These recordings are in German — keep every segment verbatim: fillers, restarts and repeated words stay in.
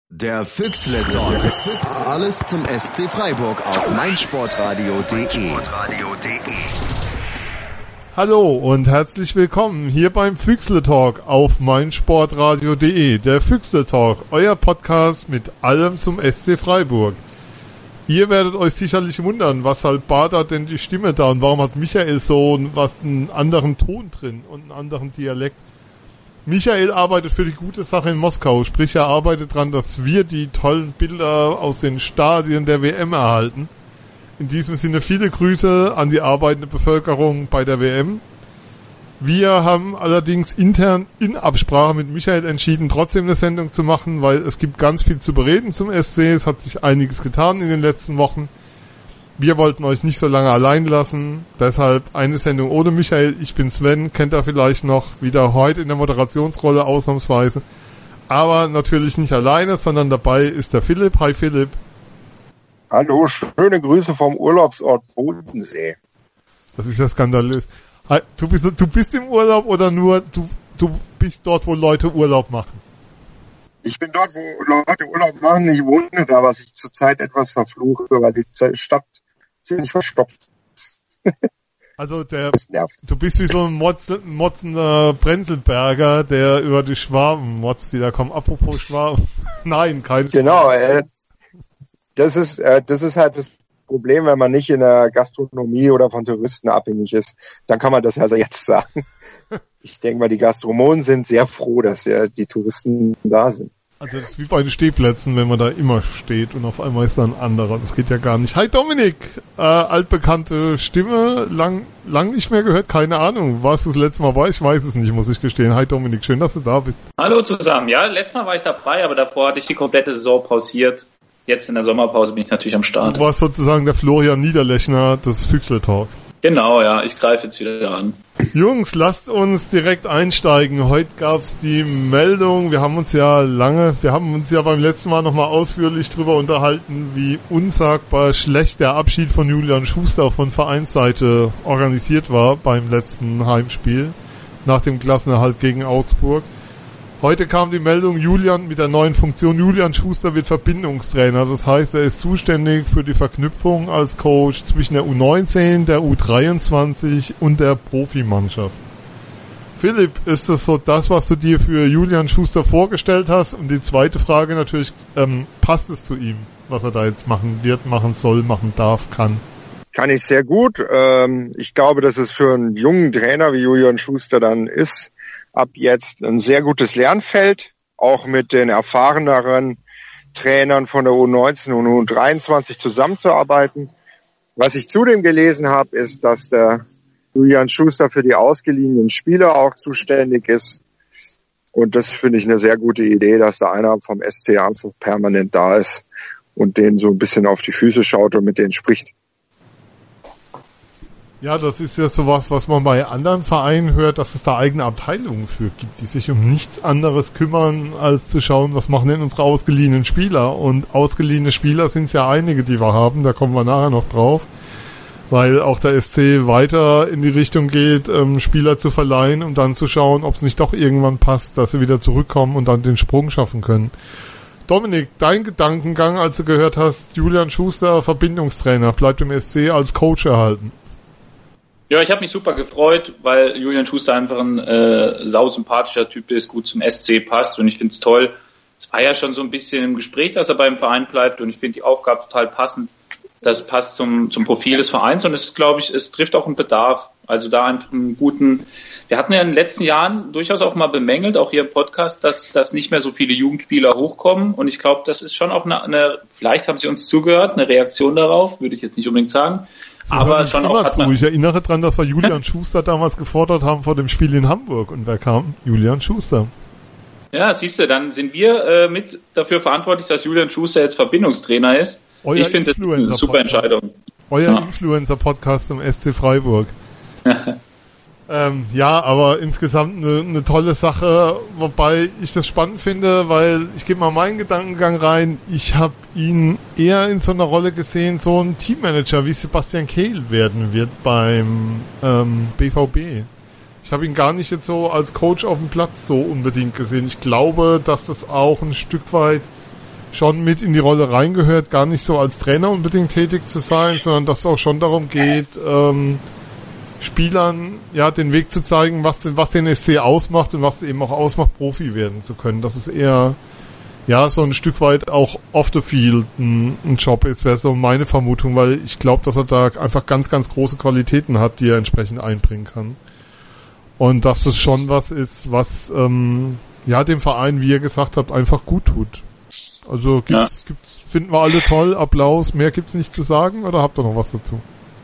Der Füchsle Talk. Alles zum S C Freiburg auf meinsportradio punkt de. Hallo und herzlich willkommen hier beim Füchsle Talk auf meinsportradio punkt de. Der Füchsle Talk, euer Podcast mit allem zum S C Freiburg. Ihr werdet euch sicherlich wundern, was halt badert denn die Stimme da und warum hat Michael so was einen anderen Ton drin und einen anderen Dialekt. Michael arbeitet für die gute Sache in Moskau, sprich er arbeitet dran, dass wir die tollen Bilder aus den Stadien der W M erhalten. In diesem Sinne viele Grüße an die arbeitende Bevölkerung bei der W M. Wir haben allerdings intern in Absprache mit Michael entschieden, trotzdem eine Sendung zu machen, weil es gibt ganz viel zu bereden zum S C. Es hat sich einiges getan in den letzten Wochen. Wir wollten euch nicht so lange allein lassen, deshalb eine Sendung ohne Michael. Ich bin Sven, kennt ihr vielleicht noch, wieder heute in der Moderationsrolle ausnahmsweise. Aber natürlich nicht alleine, sondern dabei ist der Philipp. Hi Philipp. Hallo, schöne Grüße vom Urlaubsort Bodensee. Das ist ja skandalös. Hi, du bist, du bist im Urlaub oder nur, du, du bist dort, wo Leute Urlaub machen? Ich bin dort, wo Leute Urlaub machen. Ich wohne da, was ich zurzeit etwas verfluche, weil die Stadt ziemlich verstopft. Also der, du bist wie so ein Motz, motzender Brenzelberger, der über die Schwaben motzt, die da kommen. Apropos Schwaben. Nein, kein Genau, äh, das ist, äh, das ist halt das Problem, wenn man nicht in der Gastronomie oder von Touristen abhängig ist. Dann kann man das also jetzt sagen. Ich denke mal, die Gastronomen sind sehr froh, dass ja die Touristen da sind. Also das ist wie bei den Stehplätzen, wenn man da immer steht und auf einmal ist da ein anderer. Das geht ja gar nicht. Hi Dominik, äh, altbekannte Stimme, lang lang nicht mehr gehört, keine Ahnung. Warst du das letzte Mal bei? Ich weiß es nicht, muss ich gestehen. Hi Dominik, schön, dass du da bist. Hallo zusammen. Ja, letztes Mal war ich dabei, aber davor hatte ich die komplette Saison pausiert. Jetzt in der Sommerpause bin ich natürlich am Start. Du warst sozusagen der Florian Niederlechner des Füchsle Talk. Genau, ja, ich greife jetzt wieder an. Jungs, lasst uns direkt einsteigen. Heute gab's die Meldung, wir haben uns ja lange, wir haben uns ja beim letzten Mal nochmal ausführlich drüber unterhalten, wie unsagbar schlecht der Abschied von Julian Schuster von Vereinsseite organisiert war beim letzten Heimspiel nach dem Klassenerhalt gegen Augsburg. Heute kam die Meldung, Julian mit der neuen Funktion, Julian Schuster wird Verbindungstrainer. Das heißt, er ist zuständig für die Verknüpfung als Coach zwischen der U neunzehn, der U dreiundzwanzig und der Profimannschaft. Philipp, ist das so das, was du dir für Julian Schuster vorgestellt hast? Und die zweite Frage natürlich, ähm, passt es zu ihm, was er da jetzt machen wird, machen soll, machen darf, kann? Kann ich sehr gut. Ähm, ich glaube, dass es für einen jungen Trainer wie Julian Schuster dann ist, ab jetzt ein sehr gutes Lernfeld, auch mit den erfahreneren Trainern von der U neunzehn und U dreiundzwanzig zusammenzuarbeiten. Was ich zudem gelesen habe, ist, dass der Julian Schuster für die ausgeliehenen Spieler auch zuständig ist. Und das finde ich eine sehr gute Idee, dass da einer vom S C einfach permanent da ist und denen so ein bisschen auf die Füße schaut und mit denen spricht. Ja, das ist ja sowas, was man bei anderen Vereinen hört, dass es da eigene Abteilungen für gibt, die sich um nichts anderes kümmern, als zu schauen, was machen denn unsere ausgeliehenen Spieler. Und ausgeliehene Spieler sind es ja einige, die wir haben, da kommen wir nachher noch drauf, weil auch der S C weiter in die Richtung geht, ähm, Spieler zu verleihen, um dann zu schauen, ob es nicht doch irgendwann passt, dass sie wieder zurückkommen und dann den Sprung schaffen können. Dominik, dein Gedankengang, als du gehört hast, Julian Schuster, Verbindungstrainer, bleibt im S C als Coach erhalten? Ja, ich habe mich super gefreut, weil Julian Schuster einfach ein äh, sausympathischer Typ ist, gut zum S C passt und ich finde es toll. Es war ja schon so ein bisschen im Gespräch, dass er beim Verein bleibt und ich finde die Aufgabe total passend. Das passt zum zum Profil des Vereins und es ist, glaube ich, es trifft auch einen Bedarf. Also da einfach einen guten, wir hatten ja in den letzten Jahren durchaus auch mal bemängelt, auch hier im Podcast, dass dass nicht mehr so viele Jugendspieler hochkommen und ich glaube, das ist schon auch eine, eine, vielleicht haben sie uns zugehört, eine Reaktion darauf, würde ich jetzt nicht unbedingt sagen. So aber schon auch hat man, ich erinnere dran, dass wir Julian Schuster damals gefordert haben vor dem Spiel in Hamburg und wer kam? Julian Schuster. Ja, siehst du, dann sind wir äh, mit dafür verantwortlich, dass Julian Schuster jetzt Verbindungstrainer ist. Euer ich finde das eine super Entscheidung. Euer ja. Influencer-Podcast im S C Freiburg. ähm, ja, aber insgesamt eine, eine tolle Sache, wobei ich das spannend finde, weil ich gebe mal meinen Gedankengang rein. Ich habe ihn eher in so einer Rolle gesehen, so ein Teammanager wie Sebastian Kehl werden wird beim ähm, B V B. Ich habe ihn gar nicht jetzt so als Coach auf dem Platz so unbedingt gesehen. Ich glaube, dass das auch ein Stück weit schon mit in die Rolle reingehört, gar nicht so als Trainer unbedingt tätig zu sein, sondern dass es auch schon darum geht, ähm, Spielern ja den Weg zu zeigen, was den, was den S C ausmacht und was eben auch ausmacht, Profi werden zu können. Dass es eher ja so ein Stück weit auch off the field ein, ein Job ist, wäre so meine Vermutung, weil ich glaube, dass er da einfach ganz, ganz große Qualitäten hat, die er entsprechend einbringen kann. Und dass das schon was ist, was ähm, ja dem Verein, wie ihr gesagt habt, einfach gut tut. Also gibt's, ja. gibt's, finden wir alle toll, Applaus, mehr gibt's nicht zu sagen, oder habt ihr noch was dazu?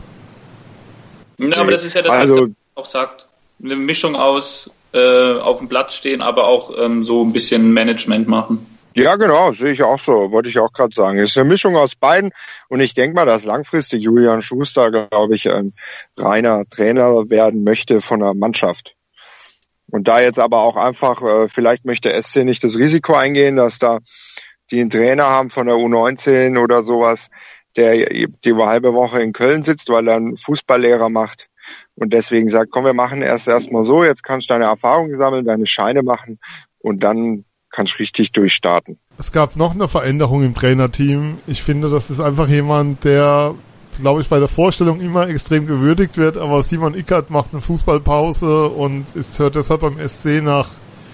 Ja, aber das ist ja das, also, was er auch sagt. Eine Mischung aus äh, auf dem Platz stehen, aber auch ähm, so ein bisschen Management machen. Ja, genau, sehe ich auch so, wollte ich auch gerade sagen. Es ist eine Mischung aus beiden und ich denke mal, dass langfristig Julian Schuster, glaube ich, ein reiner Trainer werden möchte von der Mannschaft. Und da jetzt aber auch einfach, äh, vielleicht möchte S C nicht das Risiko eingehen, dass da die einen Trainer haben von der U neunzehn oder sowas, der die halbe Woche in Köln sitzt, weil er einen Fußballlehrer macht und deswegen sagt, komm, wir machen erst erstmal so, jetzt kannst du deine Erfahrungen sammeln, deine Scheine machen und dann kannst du richtig durchstarten. Es gab noch eine Veränderung im Trainerteam. Ich finde, das ist einfach jemand, der, glaube ich, bei der Vorstellung immer extrem gewürdigt wird, aber Simon Ickert macht eine Fußballpause und ist, hört deshalb beim S C nach,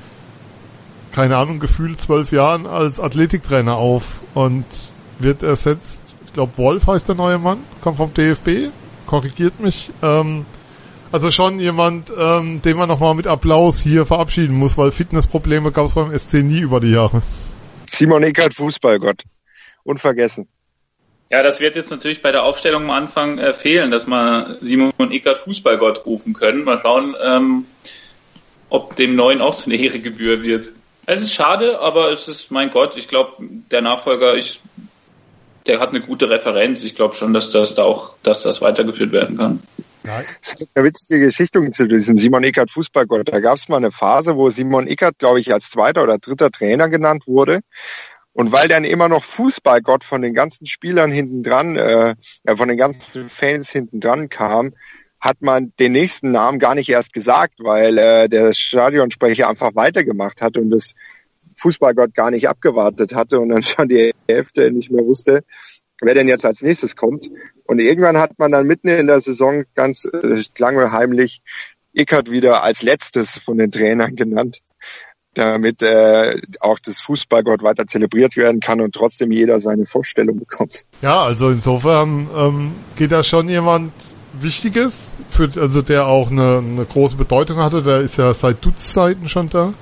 keine Ahnung, gefühlt zwölf Jahren als Athletiktrainer auf und wird ersetzt. Ich glaube, Wolf heißt der neue Mann, kommt vom D F B, korrigiert mich. Ähm, also schon jemand, ähm, den man nochmal mit Applaus hier verabschieden muss, weil Fitnessprobleme gab es beim S C nie über die Jahre. Simon Ickert, Fußballgott. Unvergessen. Ja, das wird jetzt natürlich bei der Aufstellung am Anfang äh, fehlen, dass man Simon Ickert Fußballgott rufen können. Mal schauen, ähm, ob dem Neuen auch so eine Ehre gebühr wird. Es ist schade, aber es ist, mein Gott, ich glaube, der Nachfolger, ich der hat eine gute Referenz. Ich glaube schon, dass das da auch, dass das weitergeführt werden kann. Es gibt eine witzige Geschichte zu diesem Simon Ickert Fußballgott. Da gab es mal eine Phase, wo Simon Ickert, glaube ich, als zweiter oder dritter Trainer genannt wurde. Und weil dann immer noch Fußballgott von den ganzen Spielern hinten dran, äh, von den ganzen Fans hinten dran kam, hat man den nächsten Namen gar nicht erst gesagt, weil äh, der Stadionsprecher einfach weitergemacht hat und das Fußballgott gar nicht abgewartet hatte und dann schon die Hälfte nicht mehr wusste, wer denn jetzt als nächstes kommt. Und irgendwann hat man dann mitten in der Saison ganz äh, lange heimlich Ickert wieder als letztes von den Trainern genannt, damit äh, auch das Fußballgott weiter zelebriert werden kann und trotzdem jeder seine Vorstellung bekommt. Ja, also insofern ähm, geht da schon jemand Wichtiges, für, also der auch eine, eine große Bedeutung hatte, der ist ja seit Dutzzeiten schon da.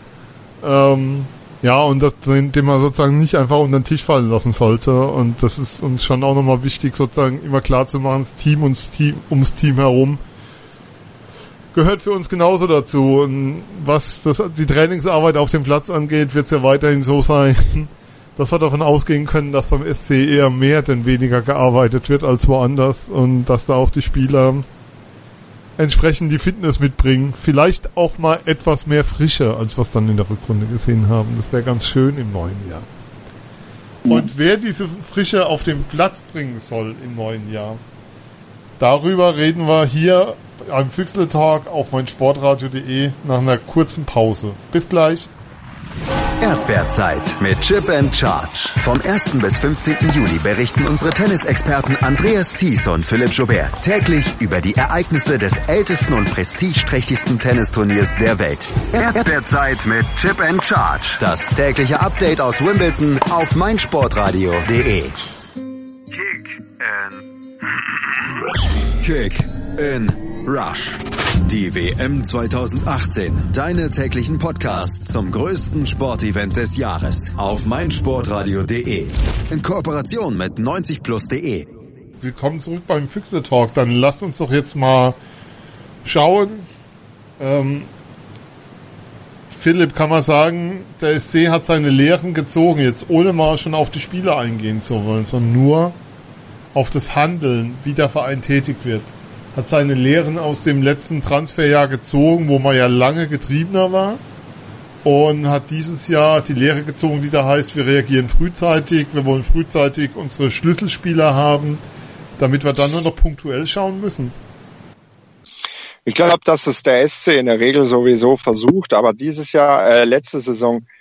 Ähm, ja, und das, den man sozusagen nicht einfach unter den Tisch fallen lassen sollte. Und das ist uns schon auch nochmal wichtig, sozusagen immer klar zu machen, das Team und das Team, ums Team herum gehört für uns genauso dazu. Und was das, die Trainingsarbeit auf dem Platz angeht, wird es ja weiterhin so sein, dass wir davon ausgehen können, dass beim S C eher mehr denn weniger gearbeitet wird als woanders und dass da auch die Spieler entsprechend die Fitness mitbringen. Vielleicht auch mal etwas mehr Frische, als was dann in der Rückrunde gesehen haben. Das wäre ganz schön im neuen Jahr. Und wer diese Frische auf den Platz bringen soll im neuen Jahr, darüber reden wir hier am Füchsle Talk auf meinsportradio punkt de nach einer kurzen Pause. Bis gleich. Erdbeerzeit mit Chip and Charge. Vom ersten bis fünfzehnten Juli berichten unsere Tennisexperten Andreas Thies und Philipp Joubert täglich über die Ereignisse des ältesten und prestigeträchtigsten Tennisturniers der Welt. Erdbeerzeit mit Chip and Charge. Das tägliche Update aus Wimbledon auf meinsportradio punkt de. Kick in Kick in Rush. Die W M zwanzig achtzehn. Deine täglichen Podcasts zum größten Sportevent des Jahres auf meinsportradio punkt de. In Kooperation mit neunzig plus punkt de. Willkommen zurück beim Füchsle Talk. Dann lasst uns doch jetzt mal schauen. Ähm, Philipp, kann man sagen, der S C hat seine Lehren gezogen, jetzt ohne mal schon auf die Spiele eingehen zu wollen, sondern nur auf das Handeln, wie der Verein tätig wird. Hat seine Lehren aus dem letzten Transferjahr gezogen, wo man ja lange getriebener war, und hat dieses Jahr die Lehre gezogen, die da heißt, wir reagieren frühzeitig, wir wollen frühzeitig unsere Schlüsselspieler haben, damit wir dann nur noch punktuell schauen müssen. Ich glaube, dass es der S C in der Regel sowieso versucht, aber dieses Jahr, äh, letzte Saison,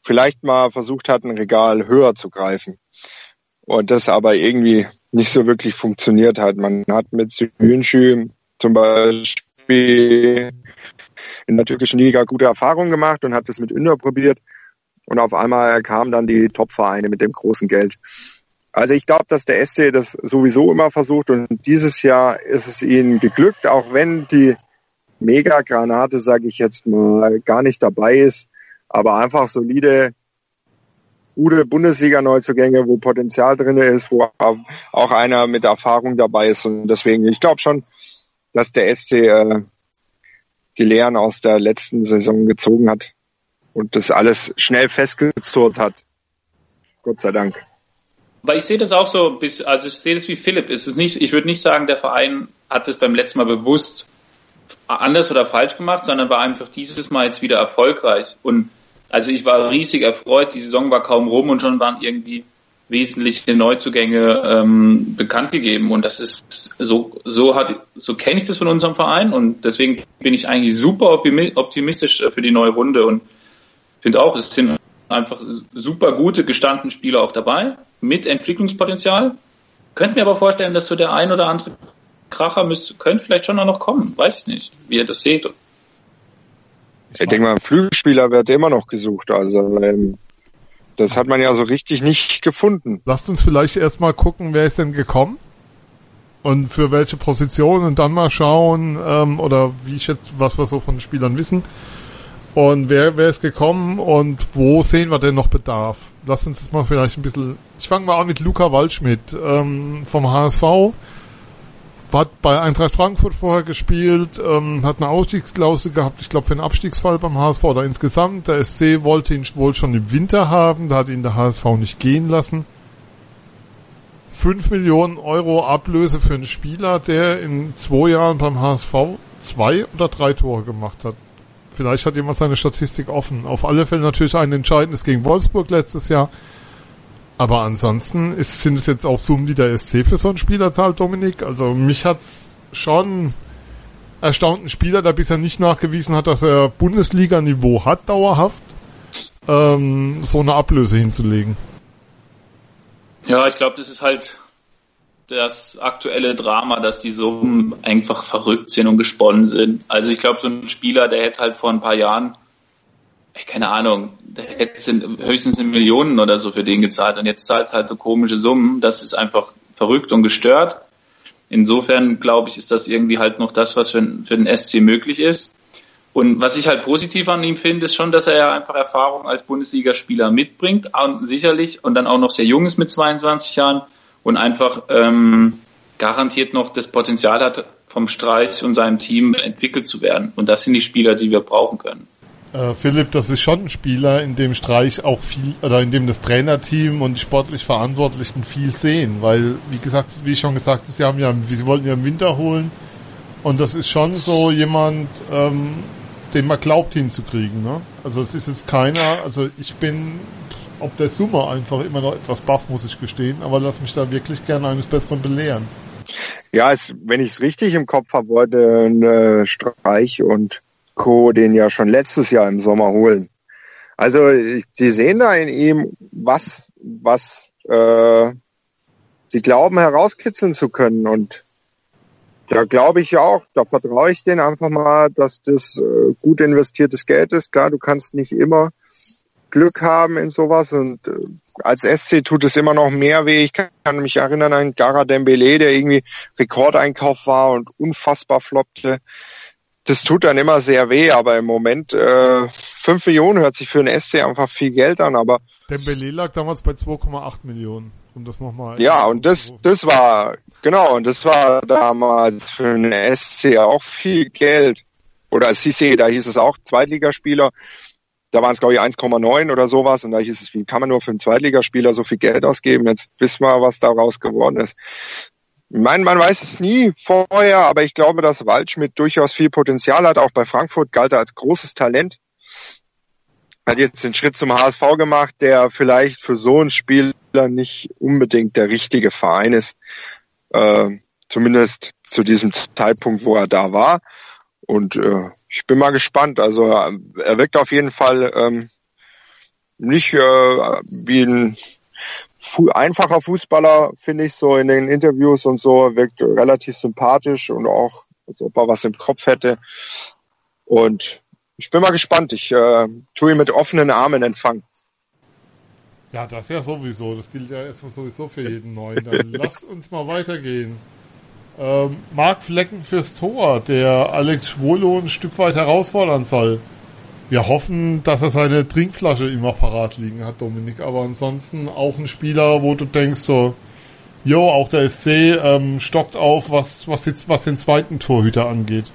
vielleicht mal versucht hat, ein Regal höher zu greifen. Und das aber irgendwie nicht so wirklich funktioniert hat. Man hat mit Söyüncü zum Beispiel in der türkischen Liga gute Erfahrungen gemacht und hat das mit Ünder probiert. Und auf einmal kamen dann die Top-Vereine mit dem großen Geld. Also ich glaube, dass der S C das sowieso immer versucht und dieses Jahr ist es ihnen geglückt, auch wenn die Mega-Granate, sage ich jetzt mal, gar nicht dabei ist, aber einfach solide, gute Bundesliga-Neuzugänge, wo Potenzial drin ist, wo auch einer mit Erfahrung dabei ist und deswegen, ich glaube schon, dass der S C äh, die Lehren aus der letzten Saison gezogen hat und das alles schnell festgezurrt hat. Gott sei Dank. Aber ich sehe das auch so, also ich sehe das wie Philipp. Es ist nicht, ich würde nicht sagen, der Verein hat es beim letzten Mal bewusst anders oder falsch gemacht, sondern war einfach dieses Mal jetzt wieder erfolgreich. Und also ich war riesig erfreut, die Saison war kaum rum und schon waren irgendwie wesentliche Neuzugänge ähm, bekannt gegeben. Und das ist so, so hat, so kenne ich das von unserem Verein und deswegen bin ich eigentlich super optimistisch für die neue Runde und finde auch, es sind einfach super gute, gestandene Spieler auch dabei, mit Entwicklungspotenzial. Könnte mir aber vorstellen, dass so der ein oder andere Kracher müsste, könnte vielleicht schon noch kommen. Weiß ich nicht, wie ihr das seht. Ich, ich denke mal, ein Flügelspieler wird immer noch gesucht. Also ähm, das hat man ja so richtig nicht gefunden. Lasst uns vielleicht erstmal gucken, wer ist denn gekommen und für welche Position und dann mal schauen, ähm, oder wie ich jetzt, was wir so von den Spielern wissen. Und wer, wer ist gekommen und wo sehen wir denn noch Bedarf? Lasst uns das mal vielleicht ein bisschen... Ich fange mal an mit Luca Waldschmidt ähm, vom H S V. Hat bei Eintracht Frankfurt vorher gespielt, ähm, hat eine Ausstiegsklausel gehabt, ich glaube für einen Abstiegsfall beim H S V oder insgesamt. Der S C wollte ihn wohl schon im Winter haben, da hat ihn der H S V nicht gehen lassen. Fünf Millionen Euro Ablöse für einen Spieler, der in zwei Jahren beim H S V zwei oder drei Tore gemacht hat. Vielleicht hat jemand seine Statistik offen. Auf alle Fälle natürlich ein entscheidendes gegen Wolfsburg letztes Jahr. Aber ansonsten ist, sind es jetzt auch Summen, die der S C für so einen Spieler zahlt, Dominik. Also mich hat's schon erstaunt, ein Spieler, der bisher nicht nachgewiesen hat, dass er Bundesliga-Niveau hat, dauerhaft, ähm, so eine Ablöse hinzulegen. Ja, ich glaube, das ist halt das aktuelle Drama, dass die Summen einfach verrückt sind und gesponnen sind. Also ich glaube, so ein Spieler, der hätte halt vor ein paar Jahren, keine Ahnung, der hätte höchstens eine Millionen oder so für den gezahlt und jetzt zahlt es halt so komische Summen. Das ist einfach verrückt und gestört. Insofern, glaube ich, ist das irgendwie halt noch das, was für, für den S C möglich ist. Und was ich halt positiv an ihm finde, ist schon, dass er ja einfach Erfahrung als Bundesligaspieler mitbringt, und sicherlich, und dann auch noch sehr jung ist mit zweiundzwanzig Jahren und einfach ähm, garantiert noch das Potenzial hat, vom Streich und seinem Team entwickelt zu werden. Und das sind die Spieler, die wir brauchen können. Äh, Philipp, das ist schon ein Spieler, in dem Streich auch viel, oder in dem das Trainerteam und die sportlich Verantwortlichen viel sehen, weil, wie gesagt, wie ich schon gesagt habe, sie haben ja, sie wollten ja im Winter holen und das ist schon so jemand, ähm, den man glaubt hinzukriegen, ne? Also es ist jetzt keiner, also ich bin ob der Summe einfach immer noch etwas baff, muss ich gestehen, aber lass mich da wirklich gerne eines Besseren belehren. Ja, es, wenn ich es richtig im Kopf habe, wollte äh, Streich und Co. den ja schon letztes Jahr im Sommer holen. Also die sehen da in ihm was, was äh, sie glauben herauskitzeln zu können und da glaube ich auch, da vertraue ich denen einfach mal, dass das äh, gut investiertes Geld ist. Klar, du kannst nicht immer Glück haben in sowas und äh, als S C tut es immer noch mehr weh. Ich kann, kann mich erinnern an Gara Dembélé, der irgendwie Rekordeinkauf war und unfassbar floppte. Das tut dann immer sehr weh, aber im Moment äh, fünf Millionen hört sich für den S C einfach viel Geld an, aber Dembélé lag damals bei zwei Komma acht Millionen, um das nochmal... Ja, und das das war, genau, und das war damals für den S C auch viel Geld. Oder Cissé, da hieß es auch Zweitligaspieler, da waren es glaube ich eins Komma neun oder sowas und da hieß es, wie kann man nur für einen Zweitligaspieler so viel Geld ausgeben? Jetzt wissen wir, was daraus geworden ist. Ich meine, man weiß es nie vorher, aber ich glaube, dass Waldschmidt durchaus viel Potenzial hat. Auch bei Frankfurt galt er als großes Talent. Hat jetzt den Schritt zum H S V gemacht, der vielleicht für so einen Spieler nicht unbedingt der richtige Verein ist. Äh, zumindest zu diesem Zeitpunkt, wo er da war. Und äh, ich bin mal gespannt. Also er wirkt auf jeden Fall ähm, nicht äh, wie ein fu- einfacher Fußballer, finde ich, so in den Interviews und so, wirkt relativ sympathisch und auch, als ob er was im Kopf hätte. Und ich bin mal gespannt. Ich äh, tue ihn mit offenen Armen empfangen. Ja, das ja sowieso. Das gilt ja erstmal sowieso für jeden Neuen. Dann lasst uns mal weitergehen. Ähm, Marc Flecken fürs Tor, der Alex Schwolo ein Stück weit herausfordern soll. Wir hoffen, dass er seine Trinkflasche immer parat liegen hat, Dominik. Aber ansonsten auch ein Spieler, wo du denkst so, jo, auch der S C ähm, stockt auf, was, was, jetzt, was den zweiten Torhüter angeht.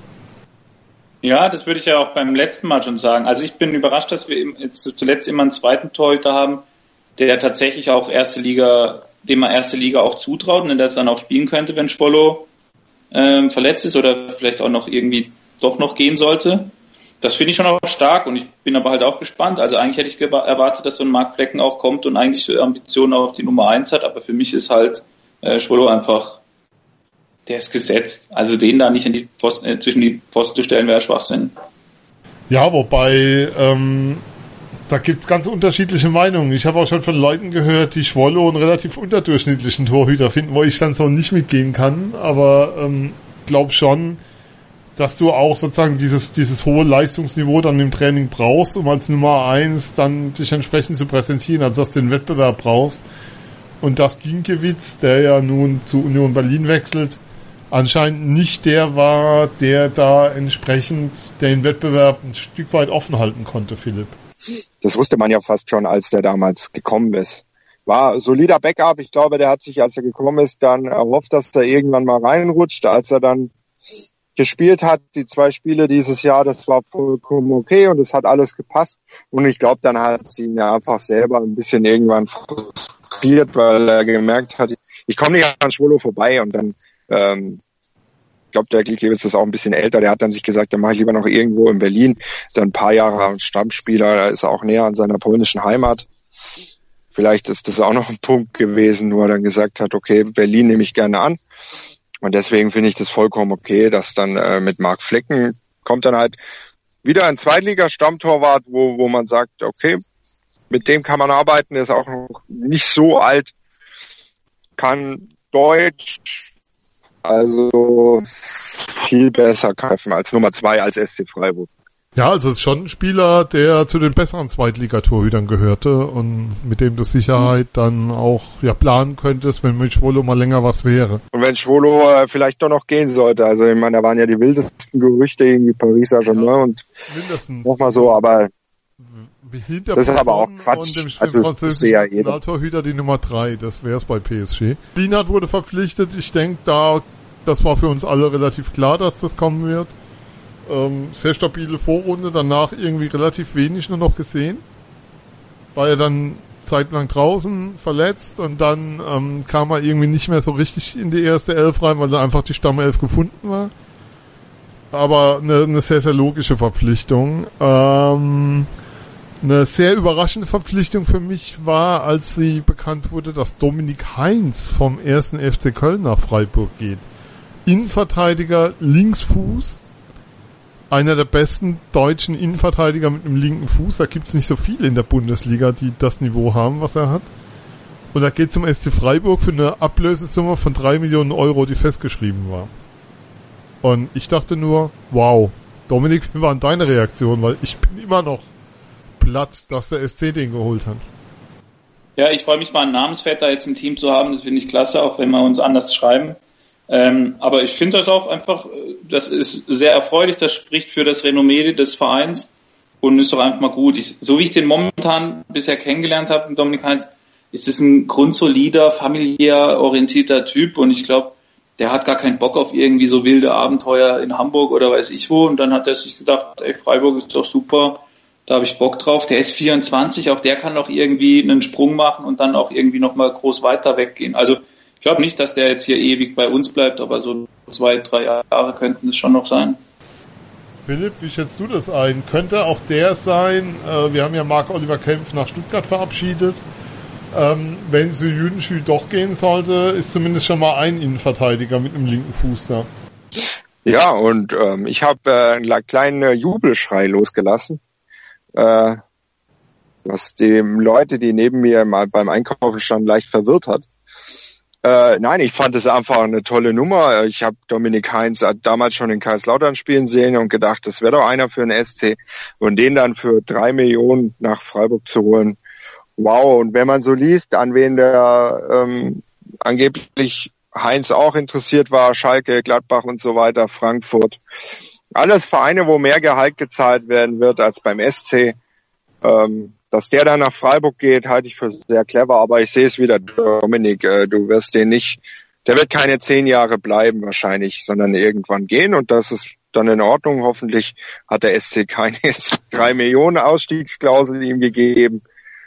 Ja, das würde ich ja auch beim letzten Mal schon sagen. Also ich bin überrascht, dass wir jetzt zuletzt immer einen zweiten Torhüter haben, der tatsächlich auch erste Liga, dem man erste Liga auch zutraut und der es dann auch spielen könnte, wenn Schwolo ähm, verletzt ist oder vielleicht auch noch irgendwie doch noch gehen sollte. Das finde ich schon auch stark und ich bin aber halt auch gespannt. Also eigentlich hätte ich erwartet, dass so ein Marc Flecken auch kommt und eigentlich Ambitionen auf die Nummer eins hat, aber für mich ist halt äh, Schwolo einfach, der ist gesetzt. Also den da nicht in die Pfosten, äh, zwischen die Pfosten zu stellen, wäre Schwachsinn. Ja, wobei ähm, da gibt's ganz unterschiedliche Meinungen. Ich habe auch schon von Leuten gehört, die Schwolo einen relativ unterdurchschnittlichen Torhüter finden, wo ich dann so nicht mitgehen kann, aber ähm, glaub schon, dass du auch sozusagen dieses dieses hohe Leistungsniveau dann im Training brauchst, um als Nummer eins dann dich entsprechend zu präsentieren, also dass du den Wettbewerb brauchst. Und dass Ginkiewicz, der ja nun zu Union Berlin wechselt, anscheinend nicht der war, der da entsprechend den Wettbewerb ein Stück weit offen halten konnte, Philipp. Das wusste man ja fast schon, als der damals gekommen ist. War solider Backup. Ich glaube, der hat sich, als er gekommen ist, dann erhofft, dass er irgendwann mal reinrutscht. Als er dann gespielt hat, die zwei Spiele dieses Jahr, das war vollkommen okay und es hat alles gepasst. Und ich glaube, dann hat sie ihn ja einfach selber ein bisschen irgendwann frustriert, weil er gemerkt hat, ich komme nicht an Schwolo vorbei. Und dann, ähm, ich glaube, der Ginkiewicz ist auch ein bisschen älter, der hat dann sich gesagt, dann mache ich lieber noch irgendwo in Berlin, dann ein paar Jahre als Stammspieler, da ist er auch näher an seiner polnischen Heimat. Vielleicht ist das auch noch ein Punkt gewesen, wo er dann gesagt hat, okay, Berlin nehme ich gerne an. Und deswegen finde ich das vollkommen okay, dass dann äh, mit Marc Flecken kommt dann halt wieder ein Zweitliga-Stammtorwart, wo wo man sagt, okay, mit dem kann man arbeiten, der ist auch noch nicht so alt, kann Deutsch, also viel besser greifen als Nummer zwei als S C Freiburg. Ja, also es ist schon ein Spieler, der zu den besseren Zweitligatorhütern gehörte und mit dem du Sicherheit dann auch ja planen könntest, wenn mit Schwolo mal länger was wäre. Und wenn Schwolo äh, vielleicht doch noch gehen sollte, also ich meine, da waren ja die wildesten Gerüchte, irgendwie Paris Saint-Germain ja, und mindestens nochmal so, aber das ist aber auch Quatsch. Und dem also französischen ja Nationaltorhüter die Nummer drei, das wär's bei P S G. Lienhardt wurde verpflichtet, ich denke, da das war für uns alle relativ klar, dass das kommen wird. Ähm, sehr stabile Vorrunde, danach irgendwie relativ wenig nur noch gesehen. War er dann zeitlang draußen, verletzt und dann ähm, kam er irgendwie nicht mehr so richtig in die erste Elf rein, weil er einfach die Stammelf gefunden war. Aber eine, eine sehr, sehr logische Verpflichtung. Ähm, eine sehr überraschende Verpflichtung für mich war, als sie bekannt wurde, dass Dominik Heinz vom ersten F C Köln nach Freiburg geht. Innenverteidiger, Linksfuß, einer der besten deutschen Innenverteidiger mit einem linken Fuß. Da gibt's nicht so viele in der Bundesliga, die das Niveau haben, was er hat. Und er geht zum S C Freiburg für eine Ablösesumme von drei Millionen Euro, die festgeschrieben war. Und ich dachte nur, wow, Dominik, wie war denn deine Reaktion? Weil ich bin immer noch platt, dass der S C den geholt hat. Ja, ich freue mich mal, einen Namensvetter jetzt im Team zu haben. Das finde ich klasse, auch wenn wir uns anders schreiben. Ähm, aber ich finde das auch einfach, das ist sehr erfreulich, das spricht für das Renommee des Vereins und ist doch einfach mal gut. Ich, so wie ich den momentan bisher kennengelernt habe, Dominik Heinz, ist es ein grundsolider, familiär orientierter Typ und ich glaube, der hat gar keinen Bock auf irgendwie so wilde Abenteuer in Hamburg oder weiß ich wo und dann hat er sich gedacht, ey, Freiburg ist doch super, da habe ich Bock drauf. Der ist vierundzwanzig, auch der kann doch irgendwie einen Sprung machen und dann auch irgendwie nochmal groß weiter weggehen. Also ich glaube nicht, dass der jetzt hier ewig bei uns bleibt, aber so zwei, drei Jahre könnten es schon noch sein. Philipp, wie schätzt du das ein? Könnte auch der sein, äh, wir haben ja Marc-Oliver Kempf nach Stuttgart verabschiedet, ähm, wenn zu Jüdenschü doch gehen sollte, ist zumindest schon mal ein Innenverteidiger mit einem linken Fuß da. Ja, und ähm, ich habe äh, einen kleinen Jubelschrei losgelassen. Äh, was die Leute, die neben mir mal beim Einkaufen standen, leicht verwirrt hat. Äh, nein, ich fand es einfach eine tolle Nummer. Ich habe Dominik Heinz damals schon in Kaiserslautern spielen sehen und gedacht, das wäre doch einer für den S C. Und den dann für drei Millionen nach Freiburg zu holen. Wow, und wenn man so liest, an wen der ähm, angeblich Heinz auch interessiert war, Schalke, Gladbach und so weiter, Frankfurt. Alles Vereine, wo mehr Gehalt gezahlt werden wird als beim S C. Ähm, Dass der dann nach Freiburg geht, halte ich für sehr clever, aber ich sehe es wieder, Dominik, äh, du wirst den nicht, der wird keine zehn Jahre bleiben wahrscheinlich, sondern irgendwann gehen und das ist dann in Ordnung. Hoffentlich hat der S C keine drei Millionen Ausstiegsklausel ihm gegeben.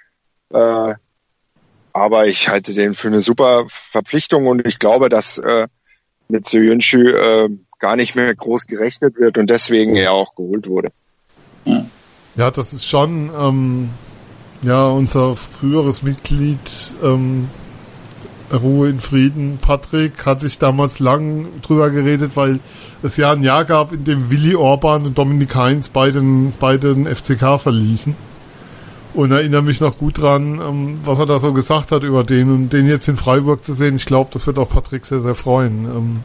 Äh, aber ich halte den für eine super Verpflichtung und ich glaube, dass äh, mit Söyüncü äh, gar nicht mehr groß gerechnet wird und deswegen er auch geholt wurde. Ja, ja das ist schon... Ähm Ja, unser früheres Mitglied, ähm, Ruhe in Frieden, Patrick, hat sich damals lang drüber geredet, weil es ja ein Jahr gab, in dem Willi Orban und Dominik Heinz beiden, beiden F C K verließen. Und erinnere mich noch gut dran, ähm, was er da so gesagt hat über den und den jetzt in Freiburg zu sehen. Ich glaube, das wird auch Patrick sehr, sehr freuen. Ähm,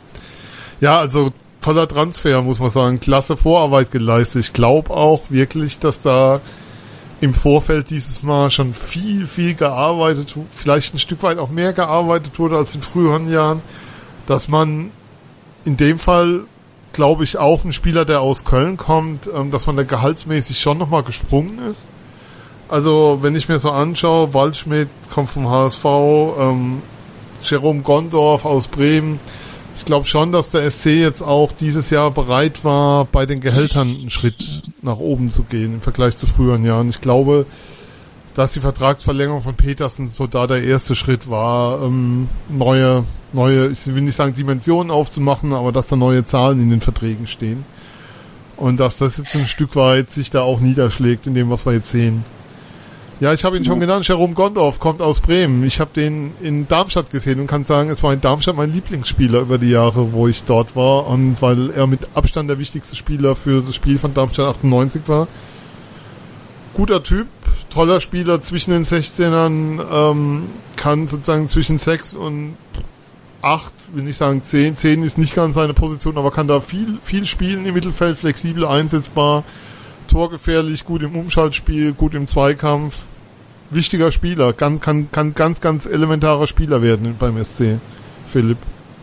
ja, also toller Transfer, muss man sagen. Klasse Vorarbeit geleistet. Ich glaube auch wirklich, dass da im Vorfeld dieses Mal schon viel, viel gearbeitet, vielleicht ein Stück weit auch mehr gearbeitet wurde als in früheren Jahren, dass man in dem Fall, glaube ich, auch ein Spieler, der aus Köln kommt, dass man da gehaltsmäßig schon nochmal gesprungen ist. Also, wenn ich mir so anschaue, Waldschmidt kommt vom H S V, ähm, Jerome Gondorf aus Bremen, ich glaube schon, dass der S C jetzt auch dieses Jahr bereit war, bei den Gehältern einen Schritt nach oben zu gehen im Vergleich zu früheren Jahren. Ich glaube, dass die Vertragsverlängerung von Petersen so da der erste Schritt war, ähm, neue, neue, ich will nicht sagen Dimensionen aufzumachen, aber dass da neue Zahlen in den Verträgen stehen. Und dass das jetzt ein Stück weit sich da auch niederschlägt in dem, was wir jetzt sehen. Ja, ich habe ihn schon genannt, Jerome Gondorf kommt aus Bremen. Ich habe den in Darmstadt gesehen und kann sagen, es war in Darmstadt mein Lieblingsspieler über die Jahre, wo ich dort war. Und weil er mit Abstand der wichtigste Spieler für das Spiel von Darmstadt achtundneunzig war. Guter Typ, toller Spieler zwischen den sechzehnern, ähm, kann sozusagen zwischen sechs und acht, will nicht sagen zehn, zehn ist nicht ganz seine Position, aber kann da viel, viel spielen im Mittelfeld, flexibel einsetzbar, torgefährlich, gut im Umschaltspiel, gut im Zweikampf. Wichtiger Spieler, kann, kann, kann ganz, ganz elementarer Spieler werden beim S C, Philipp.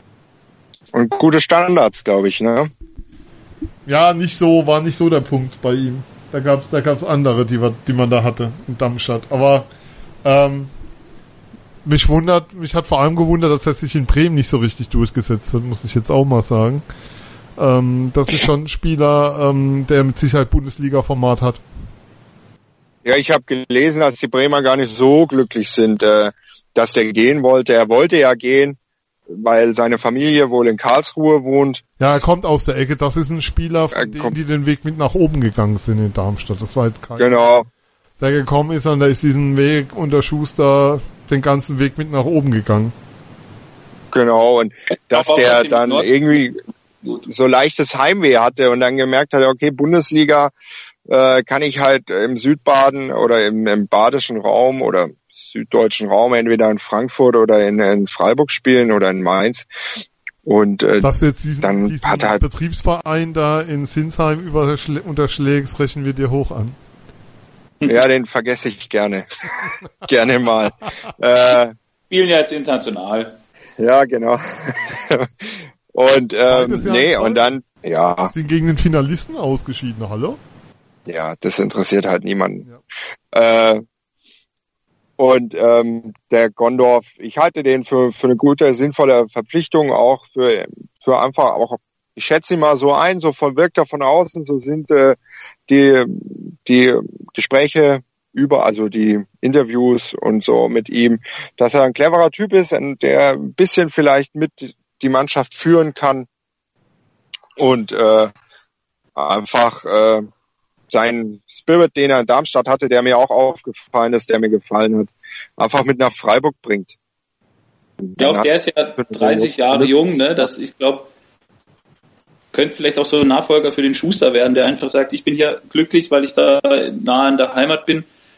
Und gute Standards, glaube ich, ne? Ja, nicht so, war nicht so der Punkt bei ihm. Da gab's, da gab's andere, die, die man da hatte in Darmstadt. Aber ähm, mich wundert, mich hat vor allem gewundert, dass er sich in Bremen nicht so richtig durchgesetzt hat, muss ich jetzt auch mal sagen. Ähm, das ist schon ein Spieler, ähm, der mit Sicherheit Bundesliga-Format hat. Ja, ich habe gelesen, dass die Bremer gar nicht so glücklich sind, äh, dass der gehen wollte. Er wollte ja gehen, weil seine Familie wohl in Karlsruhe wohnt. Ja, er kommt aus der Ecke. Das ist ein Spieler, von denen, die den Weg mit nach oben gegangen sind in Darmstadt. Das war jetzt kein, genau. der gekommen ist, sondern der ist diesen Weg unter Schuster den ganzen Weg mit nach oben gegangen. Genau, und dass der dann irgendwie so leichtes Heimweh hatte und dann gemerkt hat, okay, Bundesliga äh, kann ich halt im Südbaden oder im, im badischen Raum oder süddeutschen Raum entweder in Frankfurt oder in, in Freiburg spielen oder in Mainz. Und äh, dass du jetzt diesen, dann diesen hat halt Betriebsverein da in Sinsheim überschl- unterschlägst, rechnen wir dir hoch an. Ja, den vergesse ich gerne. gerne mal. Äh, Spielen ja jetzt international. Ja, genau. Und ähm, nee, und dann, ja. Sind gegen den Finalisten ausgeschieden, hallo? Ja, das interessiert halt niemanden. Ja. Äh, und ähm, der Gondorf, ich halte den für für eine gute, sinnvolle Verpflichtung, auch für für einfach auch, ich schätze ihn mal so ein, so von wirkt er von außen, so sind äh, die die Gespräche über, also die Interviews und so mit ihm, dass er ein cleverer Typ ist und der ein bisschen vielleicht mit die Mannschaft führen kann und äh, einfach äh, seinen Spirit, den er in Darmstadt hatte, der mir auch aufgefallen ist, der mir gefallen hat, einfach mit nach Freiburg bringt. Ich glaube, der ist ja dreißig Jahre jung, ne? Das, ich glaube, könnte vielleicht auch so ein Nachfolger für den Schuster werden, der einfach sagt, ich bin hier glücklich, weil ich da nah in der Heimat bin,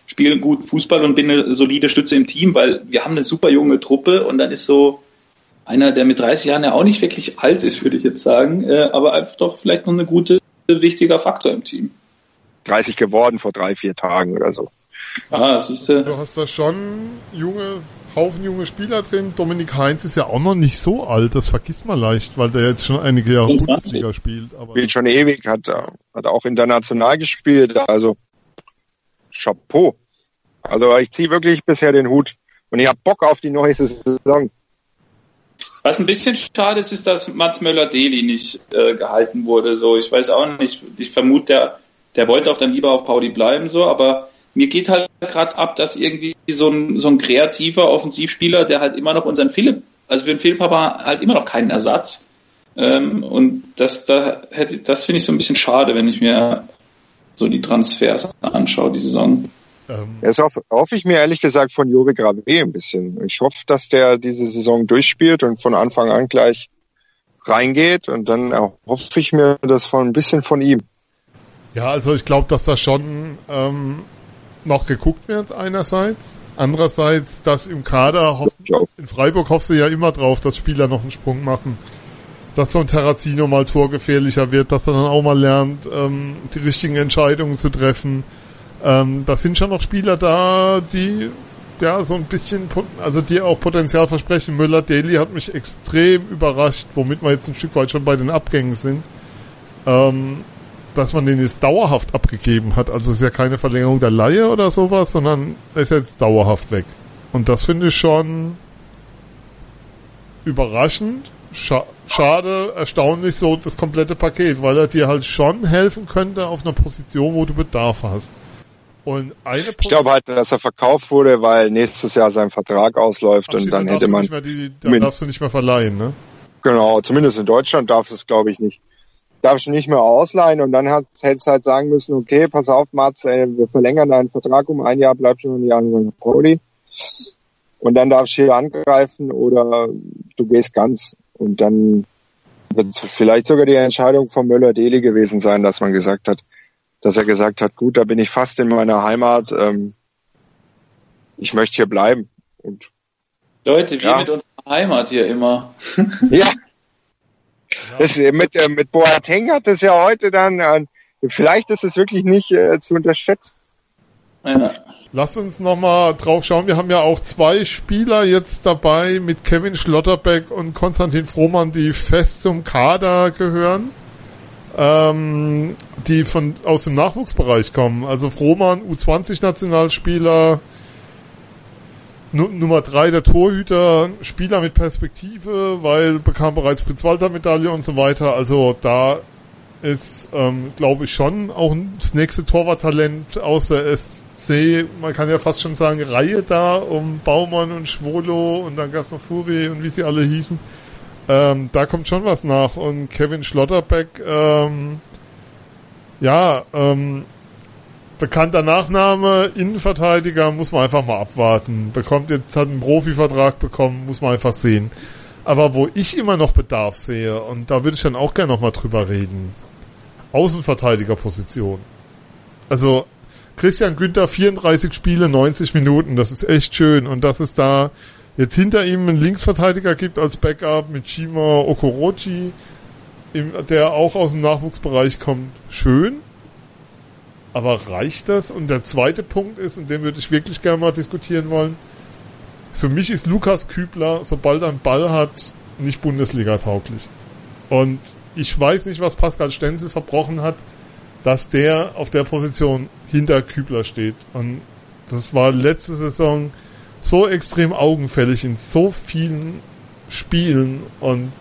spiele gut Fußball und bin eine solide Stütze im Team, weil wir haben eine super junge Truppe und dann ist so einer, der mit dreißig Jahren ja auch nicht wirklich alt ist, würde ich jetzt sagen, äh, aber einfach doch vielleicht noch eine gute, wichtiger Faktor im Team. dreißig geworden vor drei, vier Tagen oder so. Ah, siehst du. Du hast da schon junge, Haufen junge Spieler drin. Dominik Heinz ist ja auch noch nicht so alt, das vergisst man leicht, weil der jetzt schon einige Jahre Bundesliga spielt. Aber spielt schon ewig, hat, hat auch international gespielt, also Chapeau. Also ich ziehe wirklich bisher den Hut und ich habe Bock auf die neue Saison. Was ein bisschen schade ist, ist, dass Mats Möller-Deli nicht äh, gehalten wurde. So, ich weiß auch nicht, ich vermute, der, der wollte auch dann lieber auf Pauli bleiben, so, aber mir geht halt gerade ab, dass irgendwie so ein, so ein kreativer Offensivspieler, der halt immer noch unseren Philipp, also für den Philipp haben wir halt immer noch keinen Ersatz. Ähm, und das, da hätte, das finde ich so ein bisschen schade, wenn ich mir so die Transfers anschaue, die Saison. Das hoffe, hoffe ich mir ehrlich gesagt von Juri Gravé ein bisschen. Ich hoffe, dass der diese Saison durchspielt und von Anfang an gleich reingeht und dann hoffe ich mir das von ein bisschen von ihm. Ja, also ich glaube, dass da schon ähm, noch geguckt wird einerseits. Andererseits, dass im Kader, hoff, in Freiburg hoffst du ja immer drauf, dass Spieler noch einen Sprung machen. Dass so ein Terrazino mal torgefährlicher wird, dass er dann auch mal lernt, ähm, die richtigen Entscheidungen zu treffen. Ähm, da sind schon noch Spieler da, die ja so ein bisschen, also die auch Potenzial versprechen. Möller-Deli hat mich extrem überrascht, womit wir jetzt ein Stück weit schon bei den Abgängen sind, ähm, dass man den jetzt dauerhaft abgegeben hat. Also es ist ja keine Verlängerung der Leihe oder sowas, sondern er ist jetzt dauerhaft weg. Und das finde ich schon überraschend. Scha- schade, erstaunlich so das komplette Paket, weil er dir halt schon helfen könnte auf einer Position, wo du Bedarf hast. Und eine ich glaube halt, dass er verkauft wurde, weil nächstes Jahr sein Vertrag ausläuft. Ach, und dann hätte man... Die, dann darfst du nicht mehr verleihen, ne? Genau, zumindest in Deutschland darf es, glaube ich, nicht. Darfst du nicht mehr ausleihen und dann hättest du halt sagen müssen, okay, pass auf, Mats, ey, wir verlängern deinen Vertrag um ein Jahr, bleibst du noch ein Jahr in Sankt Pauli. Und dann darfst du hier angreifen oder du gehst ganz. Und dann wird es vielleicht sogar die Entscheidung von Möller-Deli gewesen sein, dass man gesagt hat, dass er gesagt hat, gut, da bin ich fast in meiner Heimat, ähm, ich möchte hier bleiben. Und Leute, wir ja. mit unserer Heimat hier immer. Ja. Das, mit, äh, mit Boateng hat das ja heute dann, äh, vielleicht ist es wirklich nicht äh, zu unterschätzen. Ja. Lass uns nochmal drauf schauen. Wir haben ja auch zwei Spieler jetzt dabei mit Kevin Schlotterbeck und Konstantin Frohmann, die fest zum Kader gehören, ähm, die von aus dem Nachwuchsbereich kommen. Also Frohmann, U zwanzig Nationalspieler, N- Nummer drei der Torhüter, Spieler mit Perspektive, weil bekam bereits Fritz-Walter-Medaille und so weiter. Also da ist, ähm, glaube ich, schon auch das nächste Torwarttalent aus der S C, man kann ja fast schon sagen, Reihe da, um Baumann und Schwolo und dann gab's noch Furi und wie sie alle hießen. Ähm, da kommt schon was nach. Und Kevin Schlotterbeck, ähm, ja, ähm, bekannter Nachname, Innenverteidiger, muss man einfach mal abwarten. Bekommt jetzt, hat einen Profivertrag bekommen, muss man einfach sehen. Aber wo ich immer noch Bedarf sehe, und da würde ich dann auch gerne nochmal drüber reden, Außenverteidigerposition. Also, Christian Günther, vierunddreißig Spiele, neunzig Minuten, das ist echt schön. Und dass es da jetzt hinter ihm einen Linksverteidiger gibt als Backup mit Shima Okorochi, der auch aus dem Nachwuchsbereich kommt, schön. Aber reicht das? Und der zweite Punkt ist, und den würde ich wirklich gerne mal diskutieren wollen, für mich ist Lukas Kübler, sobald er einen Ball hat, nicht Bundesliga-tauglich. Und ich weiß nicht, was Pascal Stenzel verbrochen hat, dass der auf der Position hinter Kübler steht. Und das war letzte Saison so extrem augenfällig in so vielen Spielen und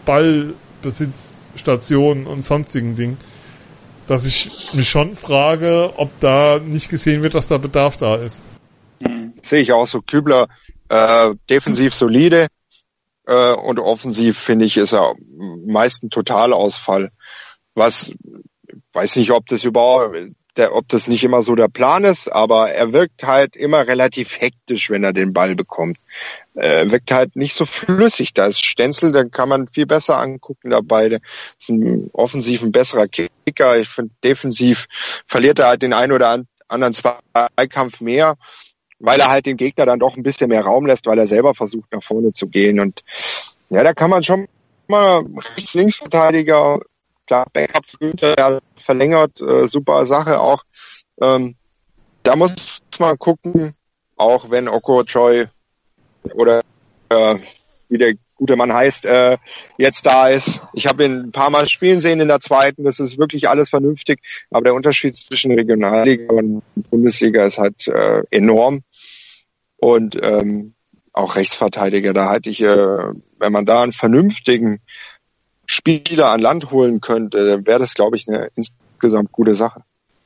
Ballbesitzstationen und sonstigen Dingen, dass ich mich schon frage, ob da nicht gesehen wird, dass da Bedarf da ist. Sehe ich auch so. Kübler äh, defensiv solide äh, und offensiv, finde ich, ist er meist ein Totalausfall. Was, weiß nicht, ob das überhaupt, der, ob das nicht immer so der Plan ist, aber er wirkt halt immer relativ hektisch, wenn er den Ball bekommt. Er wirkt halt nicht so flüssig. Da ist Stenzel, da kann man viel besser angucken dabei. Der ist ein offensiv ein besserer Kicker. Ich finde, defensiv verliert er halt den einen oder anderen Zweikampf mehr, weil er halt dem Gegner dann doch ein bisschen mehr Raum lässt, weil er selber versucht, nach vorne zu gehen. Und ja, da kann man schon mal Rechts-Links-Verteidiger, klar, Backup für Günther, der verlängert, äh, super Sache auch. Ähm, da muss man gucken, auch wenn Okocha oder äh, wie der gute Mann heißt, äh, jetzt da ist. Ich habe ihn ein paar Mal spielen sehen in der zweiten, das ist wirklich alles vernünftig, aber der Unterschied zwischen Regionalliga und Bundesliga ist halt äh, enorm. Und ähm, auch Rechtsverteidiger, da halte ich, äh, wenn man da einen vernünftigen Spieler an Land holen könnte, dann wäre das, glaube ich, eine insgesamt gute Sache.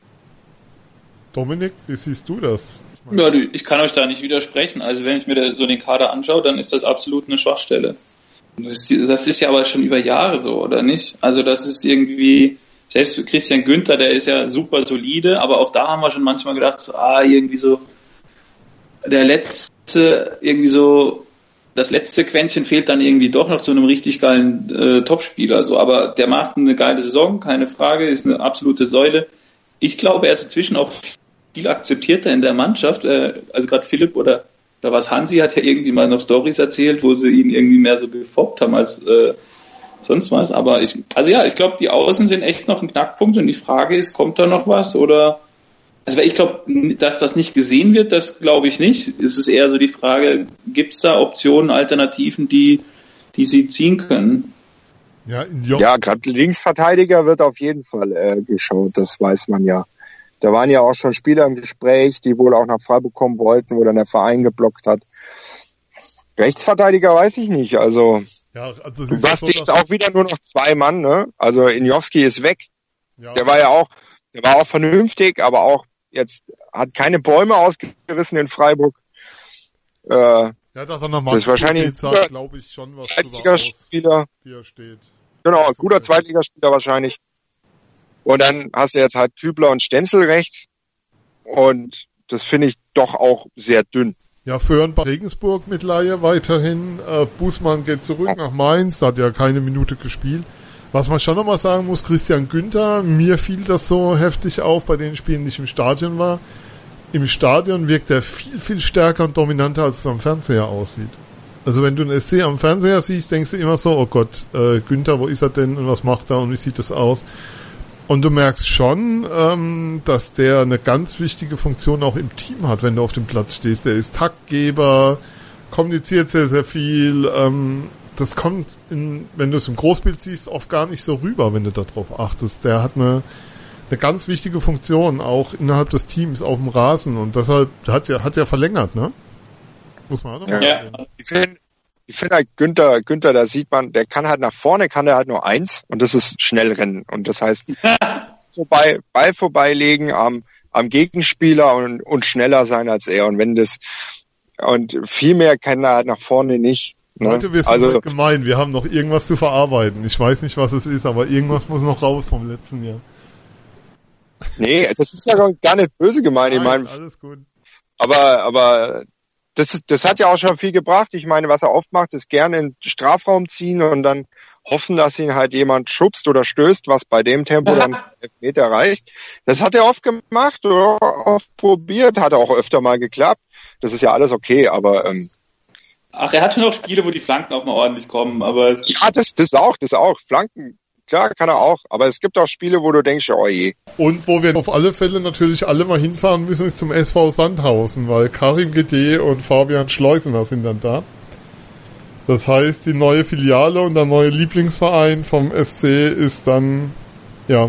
Dominik, wie siehst du das? Ja, ich kann euch da nicht widersprechen. Also wenn ich mir so den Kader anschaue, dann ist das absolut eine Schwachstelle. Das ist ja aber schon über Jahre so, oder nicht? Also das ist irgendwie, selbst für Christian Günther, der ist ja super solide, aber auch da haben wir schon manchmal gedacht, so, ah, irgendwie so, der letzte, irgendwie so, das letzte Quäntchen fehlt dann irgendwie doch noch zu einem richtig geilen äh, Topspieler. So. Aber der macht eine geile Saison, keine Frage, ist eine absolute Säule. Ich glaube, er ist inzwischen auch viel akzeptierter in der Mannschaft. Also gerade Philipp oder, oder was Hansi hat ja irgendwie mal noch Storys erzählt, wo sie ihn irgendwie mehr so gefoppt haben als äh, sonst was. Aber ich, also ja, ich glaube, die Außen sind echt noch ein Knackpunkt und die Frage ist, kommt da noch was oder, also ich glaube, dass das nicht gesehen wird, das glaube ich nicht. Es ist eher so die Frage, gibt es da Optionen, Alternativen, die, die sie ziehen können? Ja, ja, gerade Linksverteidiger wird auf jeden Fall äh, geschaut, das weiß man ja. Da waren ja auch schon Spieler im Gespräch, die wohl auch nach Freiburg kommen wollten, wo dann der Verein geblockt hat. Rechtsverteidiger weiß ich nicht, also, ja, also du hast so, jetzt auch wieder nur noch zwei Mann, ne? Also Injowski ist weg. Ja. Der war ja auch, der war auch vernünftig, aber auch jetzt hat keine Bäume ausgerissen in Freiburg. Äh, ja, dass er nochmal das ist wahrscheinlich glaube ich schon was Zweitligaspieler, wie er steht. Genau, ein guter Zweitligaspieler wahrscheinlich. Und dann hast du jetzt halt Kübler und Stenzel rechts. Und das finde ich doch auch sehr dünn. Ja, Föhren bei Regensburg mit Leihe weiterhin. Äh, Bußmann geht zurück nach Mainz. Da hat ja keine Minute gespielt. Was man schon nochmal sagen muss, Christian Günther, mir fiel das so heftig auf bei den Spielen, die ich im Stadion war. Im Stadion wirkt er viel, viel stärker und dominanter, als es am Fernseher aussieht. Also wenn du einen S C am Fernseher siehst, denkst du immer so, oh Gott, äh, Günther, wo ist er denn und was macht er und wie sieht das aus? Und du merkst schon, ähm, dass der eine ganz wichtige Funktion auch im Team hat, wenn du auf dem Platz stehst. Der ist Taktgeber, kommuniziert sehr, sehr viel. Ähm, das kommt, in, wenn du es im Großbild siehst, oft gar nicht so rüber, wenn du darauf achtest. Der hat eine, eine ganz wichtige Funktion, auch innerhalb des Teams auf dem Rasen. Und deshalb hat er hat ja verlängert, ne? Muss man auch noch mal ja. sagen. Ich finde ich find halt Günther, Günther, da sieht man, der kann halt nach vorne, kann der halt nur eins und das ist schnell rennen. Und das heißt, vorbei, Ball vorbeilegen am, am Gegenspieler und, und schneller sein als er. Und wenn das, und viel mehr kann er halt nach vorne nicht. Ne? Leute, wir sind also, halt gemein, wir haben noch irgendwas zu verarbeiten. Ich weiß nicht, was es ist, aber irgendwas muss noch raus vom letzten Jahr. Nee, das ist ja gar nicht böse gemeint. Ich meine, alles gut. Aber, aber, Das, das hat ja auch schon viel gebracht. Ich meine, was er oft macht, ist gerne in den Strafraum ziehen und dann hoffen, dass ihn halt jemand schubst oder stößt, was bei dem Tempo dann Meter reicht. Das hat er oft gemacht oder oft probiert, hat auch öfter mal geklappt. Das ist ja alles okay, aber ähm, ach, er hat schon auch Spiele, wo die Flanken auch mal ordentlich kommen, aber es ja, das, das auch, das auch. Flanken, klar, kann er auch, aber es gibt auch Spiele, wo du denkst, oh je. Und wo wir auf alle Fälle natürlich alle mal hinfahren müssen, ist zum S V Sandhausen, weil Karim Gede und Fabian Schleusener sind dann da. Das heißt, die neue Filiale und der neue Lieblingsverein vom S C ist dann, ja,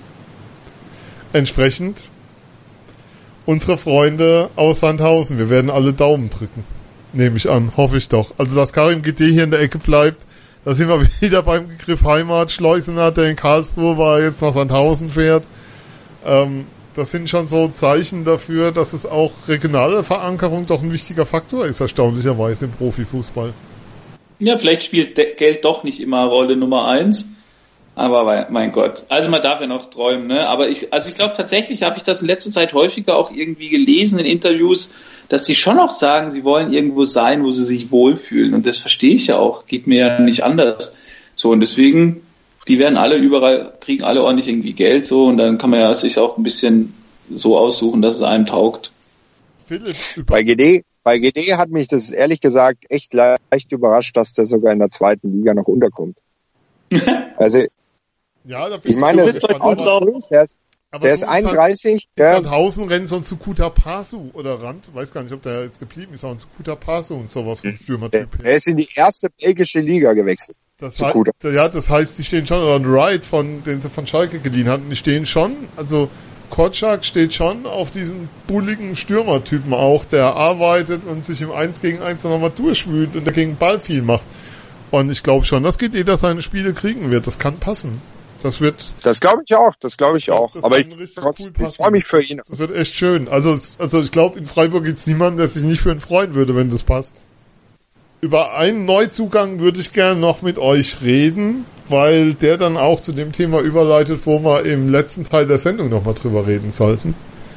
entsprechend unsere Freunde aus Sandhausen. Wir werden alle Daumen drücken. Nehme ich an, hoffe ich doch. Also, dass Karim Gede hier in der Ecke bleibt, da sind wir wieder beim Begriff Heimat. Schleusener, der in Karlsruhe war, jetzt nach Sandhausen fährt. Ähm, das sind schon so Zeichen dafür, dass es auch regionale Verankerung doch ein wichtiger Faktor ist, erstaunlicherweise im Profifußball. Ja, vielleicht spielt Geld doch nicht immer Rolle Nummer eins. Aber mein Gott, also man darf ja noch träumen, ne? Aber ich, also ich glaube tatsächlich, habe ich das in letzter Zeit häufiger auch irgendwie gelesen in Interviews, dass sie schon auch sagen, sie wollen irgendwo sein, wo sie sich wohlfühlen. Und das verstehe ich ja auch, geht mir ja nicht anders. So, und deswegen, die werden alle überall, kriegen alle ordentlich irgendwie Geld, so, und dann kann man ja sich auch ein bisschen so aussuchen, dass es einem taugt. Philipp, bei G D, bei G D hat mich das ehrlich gesagt echt leicht überrascht, dass der sogar in der zweiten Liga noch unterkommt. Also, ja, da ich meine, das ist auch noch, der ist, aber der ist einunddreißig. Der Sandhausen rennt so ein Sukuta Pasu oder Rand. Weiß gar nicht, ob der jetzt geblieben ist, aber ein Sukuta Pasu und sowas vom Stürmertyp. Der ist in die erste belgische Liga gewechselt. Das heißt, ja, das heißt, die stehen schon, oder ein Wright, von, den sie von Schalke geliehen hatten, die stehen schon, also Kotschak steht schon auf diesen bulligen Stürmertypen auch, der arbeitet und sich im eins gegen eins nochmal durchwühlt und der gegen Ball viel macht. Und ich glaube schon, dass G D da seine Spiele kriegen wird. Das kann passen. Das wird. Das glaube ich auch. Das glaube ich auch. Aber ich, cool ich freue mich für ihn. Das wird echt schön. Also, also ich glaube, in Freiburg gibt es niemanden, der sich nicht für ihn freuen würde, wenn das passt. Über einen Neuzugang würde ich gerne noch mit euch reden, weil der dann auch zu dem Thema überleitet, wo wir im letzten Teil der Sendung nochmal drüber reden sollten.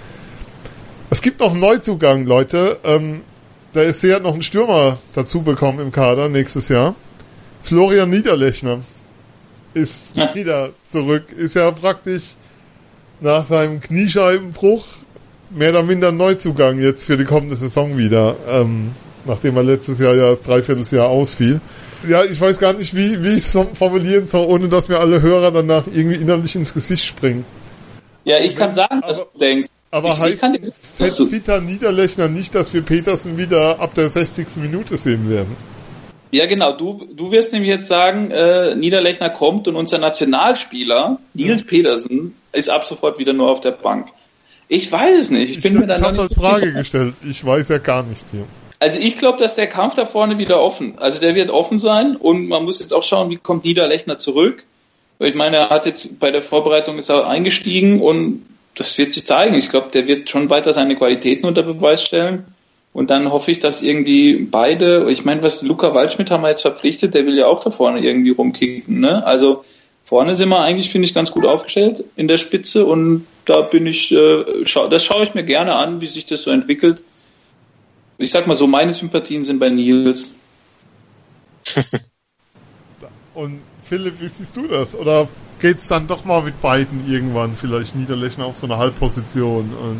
Es gibt noch einen Neuzugang, Leute. Ähm, der S C hat noch einen Stürmer dazu bekommen im Kader nächstes Jahr. Florian Niederlechner ist ja. wieder zurück. Ist ja praktisch nach seinem Kniescheibenbruch mehr oder minder ein Neuzugang jetzt für die kommende Saison wieder. Ähm, nachdem er letztes Jahr ja das Dreivierteljahr ausfiel. Ja, ich weiß gar nicht, wie, wie ich es formulieren soll, ohne dass mir alle Hörer danach irgendwie innerlich ins Gesicht springen. Ja, ich kann sagen, aber, was du denkst. Aber ich, heißt Fettfitter Niederlechner nicht, dass wir Petersen wieder ab der sechzigsten Minute sehen werden? Ja, genau. Du, du wirst nämlich jetzt sagen, äh, Niederlechner kommt und unser Nationalspieler, Nils ja. Petersen, ist ab sofort wieder nur auf der Bank. Ich weiß es nicht. Ich, ich bin mir da noch nicht als Frage gestellt. Ich weiß ja gar nichts hier. Also ich glaube, dass der Kampf da vorne wieder offen, also der wird offen sein und man muss jetzt auch schauen, wie kommt Niederlechner zurück. Ich meine, er hat jetzt bei der Vorbereitung ist er eingestiegen und das wird sich zeigen. Ich glaube, der wird schon weiter seine Qualitäten unter Beweis stellen und dann hoffe ich, dass irgendwie beide, ich meine, was Luca Waldschmidt haben wir jetzt verpflichtet, der will ja auch da vorne irgendwie rumkicken, ne? Also vorne sind wir eigentlich, finde ich, ganz gut aufgestellt in der Spitze und da bin ich, äh, schau, das schaue ich mir gerne an, wie sich das so entwickelt. Ich sag mal so, meine Sympathien sind bei Nils. Und Philipp, wie siehst du das? Oder geht's dann doch mal mit beiden irgendwann? Vielleicht Niederlechner auf so eine Halbposition und.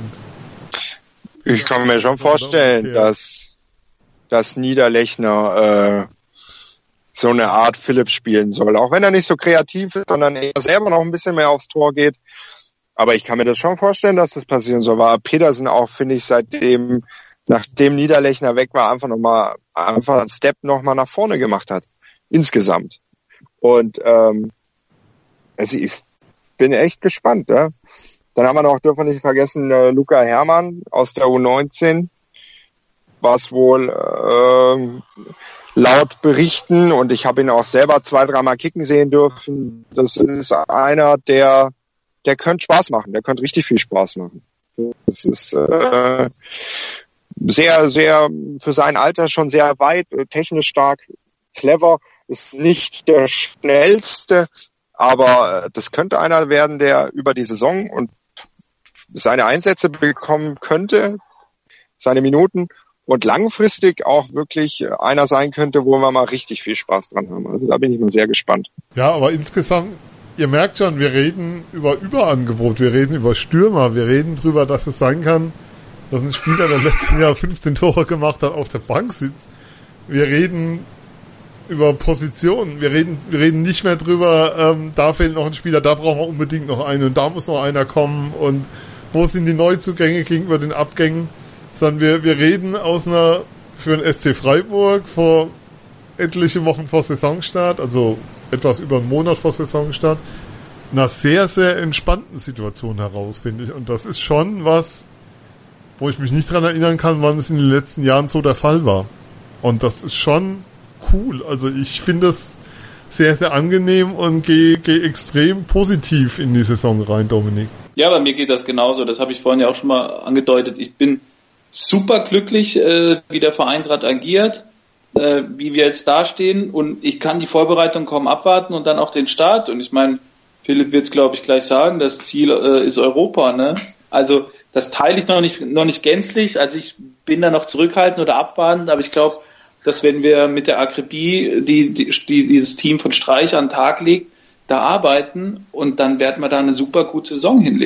Ich kann mir schon vorstellen, dass, dass Niederlechner, äh, so eine Art Philipp spielen soll. Auch wenn er nicht so kreativ ist, sondern er selber noch ein bisschen mehr aufs Tor geht. Aber ich kann mir das schon vorstellen, dass das passieren soll. War Petersen auch, finde ich, seitdem, nachdem Niederlechner weg war, einfach nochmal, einfach einen Step nochmal nach vorne gemacht hat. Insgesamt. Und, ähm, also ich bin echt gespannt, ja. Dann haben wir noch, dürfen wir nicht vergessen, äh, Luca Herrmann aus der U neunzehn, was wohl, ähm, laut Berichten, und ich habe ihn auch selber zwei, dreimal kicken sehen dürfen, das ist einer, der, der könnte Spaß machen, der könnte richtig viel Spaß machen. Das ist, äh, sehr, sehr, für sein Alter schon sehr weit, technisch stark, clever, ist nicht der schnellste, aber das könnte einer werden, der über die Saison und seine Einsätze bekommen könnte, seine Minuten und langfristig auch wirklich einer sein könnte, wo wir mal richtig viel Spaß dran haben. Also da bin ich mal sehr gespannt. Ja, aber insgesamt, ihr merkt schon, wir reden über Überangebot, wir reden über Stürmer, wir reden drüber, dass es sein kann, dass ein Spieler, der letzten Jahr fünfzehn Tore gemacht hat, auf der Bank sitzt. Wir reden über Positionen. Wir reden, wir reden nicht mehr drüber, ähm, da fehlt noch ein Spieler, da brauchen wir unbedingt noch einen und da muss noch einer kommen und wo sind die Neuzugänge gegenüber den Abgängen, sondern wir, wir reden aus einer, für den S C Freiburg vor etliche Wochen vor Saisonstart, also etwas über einen Monat vor Saisonstart, einer sehr, sehr entspannten Situation heraus, finde ich. Und das ist schon was, wo ich mich nicht dran erinnern kann, wann es in den letzten Jahren so der Fall war. Und das ist schon cool. Also ich finde es sehr, sehr angenehm und gehe geh extrem positiv in die Saison rein, Dominik. Ja, bei mir geht das genauso. Das habe ich vorhin ja auch schon mal angedeutet. Ich bin super glücklich, äh, wie der Verein gerade agiert, äh, wie wir jetzt dastehen und ich kann die Vorbereitung kaum abwarten und dann auch den Start. Und ich meine, Philipp wird es, glaube ich, gleich sagen, das Ziel äh, ist Europa, ne? Also das teile ich noch nicht, noch nicht gänzlich. Also ich bin da noch zurückhaltend oder abwartend, aber ich glaube, dass wenn wir mit der Akribie, die, die, die dieses Team von Streich an den Tag legt, da arbeiten und dann werden wir da eine super gute Saison hinlegen.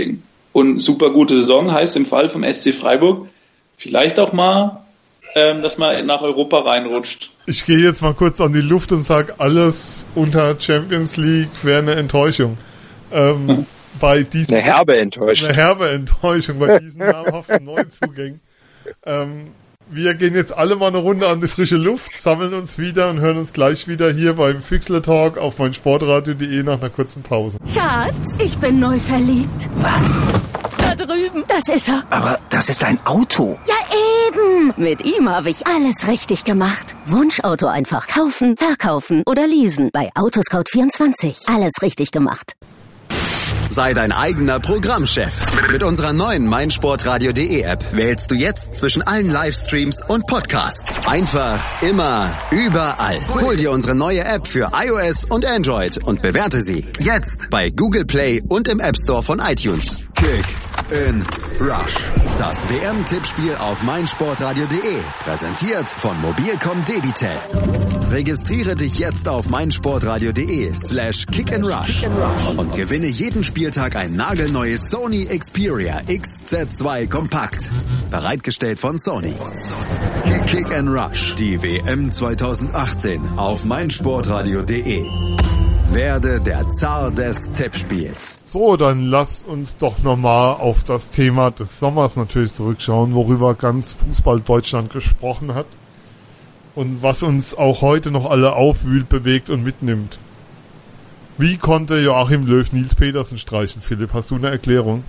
und super gute Saison, heißt im Fall vom S C Freiburg vielleicht auch mal, ähm, dass man nach Europa reinrutscht. Ich gehe jetzt mal kurz an die Luft und sage, alles unter Champions League wäre eine Enttäuschung. Ähm, hm. bei diesen, eine herbe Enttäuschung. Eine herbe Enttäuschung bei diesen namhaften Neuzugängen. Ähm, wir gehen jetzt alle mal eine Runde an die frische Luft, sammeln uns wieder und hören uns gleich wieder hier beim Füchsle Talk auf meinsportradio punkt de nach einer kurzen Pause. Schatz, ich bin neu verliebt. Was? Da drüben. Das ist er. Aber das ist ein Auto. Ja, eben. Mit ihm habe ich alles richtig gemacht. Wunschauto einfach kaufen, verkaufen oder leasen. Bei Autoscout vierundzwanzig. Alles richtig gemacht. Sei dein eigener Programmchef. Mit unserer neuen meinsportradio punkt de App wählst du jetzt zwischen allen Livestreams und Podcasts. Einfach, immer, überall. Hol dir unsere neue App für iOS und Android und bewerte sie jetzt bei Google Play und im App Store von iTunes. Kick in Rush. Das W M-Tippspiel auf meinsportradio punkt de. Präsentiert von Mobilcom Debitel. Registriere dich jetzt auf meinsportradio punkt de slash kick and rush und gewinne jeden Spieltag ein nagelneues Sony Xperia X Z zwei Kompakt. Bereitgestellt von Sony. Kick and Rush. Die W M zwanzig achtzehn auf meinsportradio punkt de. Werde der Zar des Tippspiels. So, dann lasst uns doch nochmal auf das Thema des Sommers natürlich zurückschauen, worüber ganz Fußball Deutschland gesprochen hat. Und was uns auch heute noch alle aufwühlt, bewegt und mitnimmt. Wie konnte Joachim Löw Nils Petersen streichen, Philipp? Hast du eine Erklärung?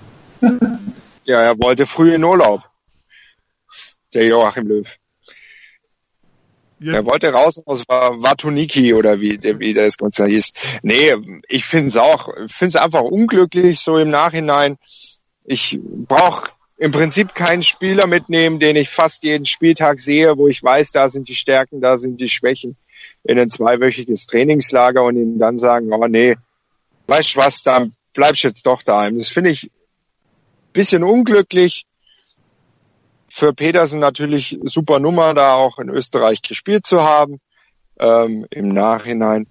Ja, er wollte früh in Urlaub. Der Joachim Löw. Ja. Er wollte raus aus Watuniki oder wie, wie das Ganze hieß. Nee, ich finde es auch, finde es einfach unglücklich so im Nachhinein. Ich brauche im Prinzip keinen Spieler mitnehmen, den ich fast jeden Spieltag sehe, wo ich weiß, da sind die Stärken, da sind die Schwächen, in ein zweiwöchiges Trainingslager und ihnen dann sagen, oh nee, weißt du was, dann bleibst du jetzt doch daheim. Das finde ich ein bisschen unglücklich. Für Petersen natürlich super Nummer, da auch in Österreich gespielt zu haben, ähm, im Nachhinein.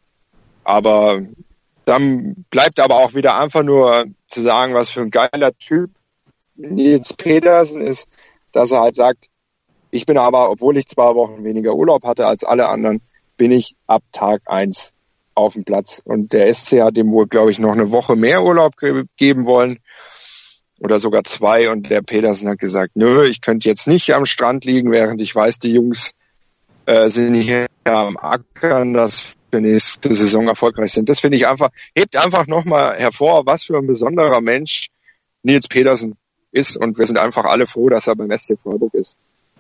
Aber dann bleibt aber auch wieder einfach nur zu sagen, was für ein geiler Typ Nils Petersen ist, dass er halt sagt, ich bin aber, obwohl ich zwei Wochen weniger Urlaub hatte als alle anderen, bin ich ab Tag eins auf dem Platz. Und der S C hat ihm wohl, glaube ich, noch eine Woche mehr Urlaub ge- geben wollen. Oder sogar zwei, und der Petersen hat gesagt, nö, ich könnte jetzt nicht am Strand liegen, während ich weiß, die Jungs äh, sind hier am Ackern, dass wir nächste Saison erfolgreich sind. Das finde ich einfach, hebt einfach nochmal hervor, was für ein besonderer Mensch Nils Petersen ist, und wir sind einfach alle froh, dass er beim S C Freiburg ist.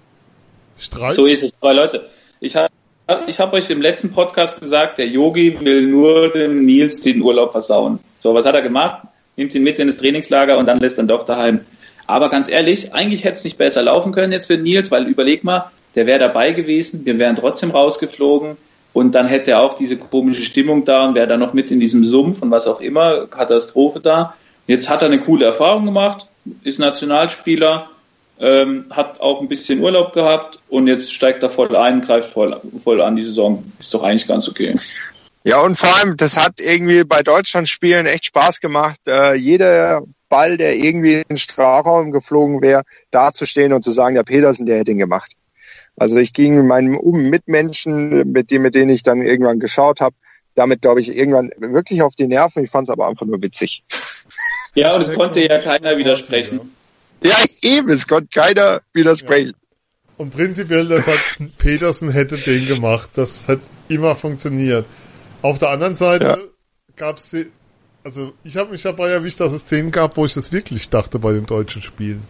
Streit. So ist es. Aber Leute, ich habe ich hab euch im letzten Podcast gesagt, der Yogi will nur dem Nils den Urlaub versauen. So, was hat er gemacht? Nimmt ihn mit in das Trainingslager und dann lässt er ihn doch daheim. Aber ganz ehrlich, eigentlich hätte es nicht besser laufen können jetzt für Nils, weil überleg mal, der wäre dabei gewesen, wir wären trotzdem rausgeflogen und dann hätte er auch diese komische Stimmung da und wäre dann noch mit in diesem Sumpf und was auch immer, Katastrophe da. Jetzt hat er eine coole Erfahrung gemacht, ist Nationalspieler, ähm, hat auch ein bisschen Urlaub gehabt und jetzt steigt er voll ein, greift voll, voll an die Saison. Ist doch eigentlich ganz okay. Ja, und vor allem, das hat irgendwie bei Deutschlandspielen echt Spaß gemacht. Äh, jeder Ball, der irgendwie in den Strafraum geflogen wäre, dazustehen und zu sagen, der Petersen, der hätte ihn gemacht. Also ich ging mit meinen Mitmenschen, mit denen, mit denen ich dann irgendwann geschaut habe, damit, glaube ich, irgendwann wirklich auf die Nerven. Ich fand es aber einfach nur witzig. Ja, und es konnte ja keiner widersprechen. Ja, eben, es konnte keiner widersprechen. Ja. Und prinzipiell, das hat Petersen hätte den gemacht. Das hat immer funktioniert. Auf der anderen Seite ja. gab es, also ich habe mich dabei erwischt, dass es Szenen gab, wo ich das wirklich dachte bei den deutschen Spielen.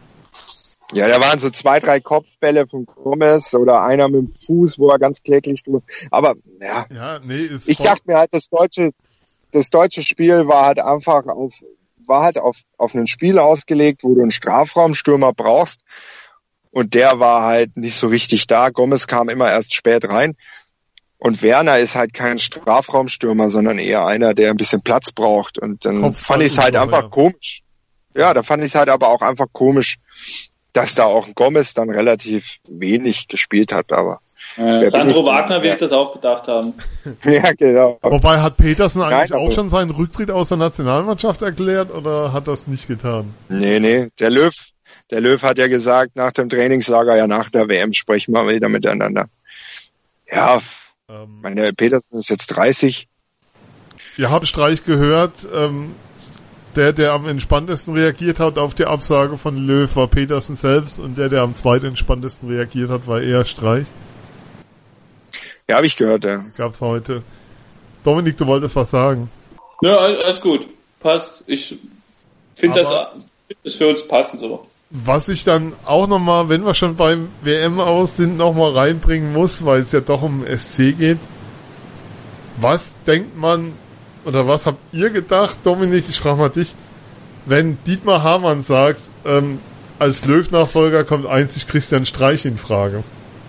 Ja, da waren so zwei, drei Kopfbälle von Gomez oder einer mit dem Fuß, wo er ganz kläglich tut. Aber ja, ja nee, ist ich dachte mir halt, das deutsche, das deutsche Spiel war halt einfach auf, war halt auf, auf ein Spiel ausgelegt, wo du einen Strafraumstürmer brauchst. Und der war halt nicht so richtig da. Gomez kam immer erst spät rein. Und Werner ist halt kein Strafraumstürmer, sondern eher einer, der ein bisschen Platz braucht. Und dann Kopf fand ich es halt einfach ja. komisch. Ja, da fand ich es halt aber auch einfach komisch, dass da auch Gomez dann relativ wenig gespielt hat. Aber Äh, Sandro Wagner wird das auch gedacht haben. Ja, genau. Wobei, hat Petersen eigentlich Nein, auch schon seinen Rücktritt aus der Nationalmannschaft erklärt oder hat das nicht getan? Nee, nee, der Löw, der Löw hat ja gesagt, nach dem Trainingslager, ja nach der W M sprechen wir wieder miteinander. Ja, ähm, meine Petersen ist jetzt dreißig. Ihr habt Streich gehört, ähm, der, der am entspanntesten reagiert hat auf die Absage von Löw, war Petersen selbst und der, der am zweitentspanntesten reagiert hat, war eher Streich. Ja, habe ich gehört, ja. Gab's heute. Dominik, du wolltest was sagen. Ja, alles gut. Passt. Ich finde das, das für uns passend so. Was ich dann auch nochmal, wenn wir schon beim W M aus sind, nochmal reinbringen muss, weil es ja doch um S C geht. Was denkt man, oder was habt ihr gedacht, Dominik, ich frage mal dich, wenn Dietmar Hamann sagt, ähm, als Löw-Nachfolger kommt einzig Christian Streich in Frage?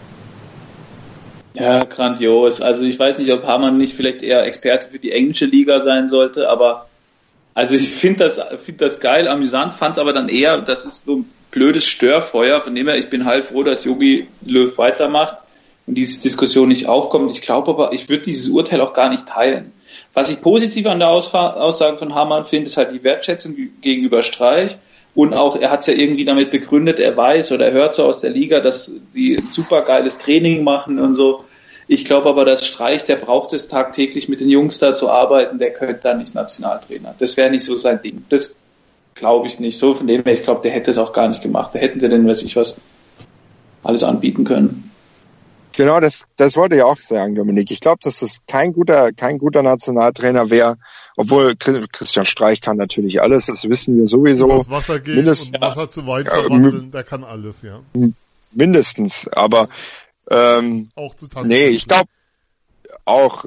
Ja, grandios. Also ich weiß nicht, ob Hamann nicht vielleicht eher Experte für die englische Liga sein sollte, aber also ich finde das, find das geil, amüsant, fand aber dann eher, das ist so ein blödes Störfeuer, von dem her, ich bin halb froh, dass Jogi Löw weitermacht und diese Diskussion nicht aufkommt. Ich glaube aber, ich würde dieses Urteil auch gar nicht teilen. Was ich positiv an der Ausfahr- Aussage von Hamann finde, ist halt die Wertschätzung gegenüber Streich und auch, er hat es ja irgendwie damit begründet, er weiß oder er hört so aus der Liga, dass die ein super geiles Training machen und so. Ich glaube aber, dass Streich, der braucht es tagtäglich mit den Jungs da zu arbeiten, der könnte da nicht Nationaltrainer. Das wäre nicht so sein Ding. Das glaube ich nicht. So von dem her, ich glaube, der hätte es auch gar nicht gemacht. Da hätten sie denn, weiß ich was, alles anbieten können. Genau, das, das wollte ich auch sagen, Dominik. Ich glaube, dass das kein guter, kein guter Nationaltrainer wäre, obwohl Christian Streich kann natürlich alles, das wissen wir sowieso. Was Wasser geht Mindest, und Wasser zu Wein verwandeln, der kann alles, ja. Mindestens, aber ähm, auch zu tanzen. Nee, ich glaube auch,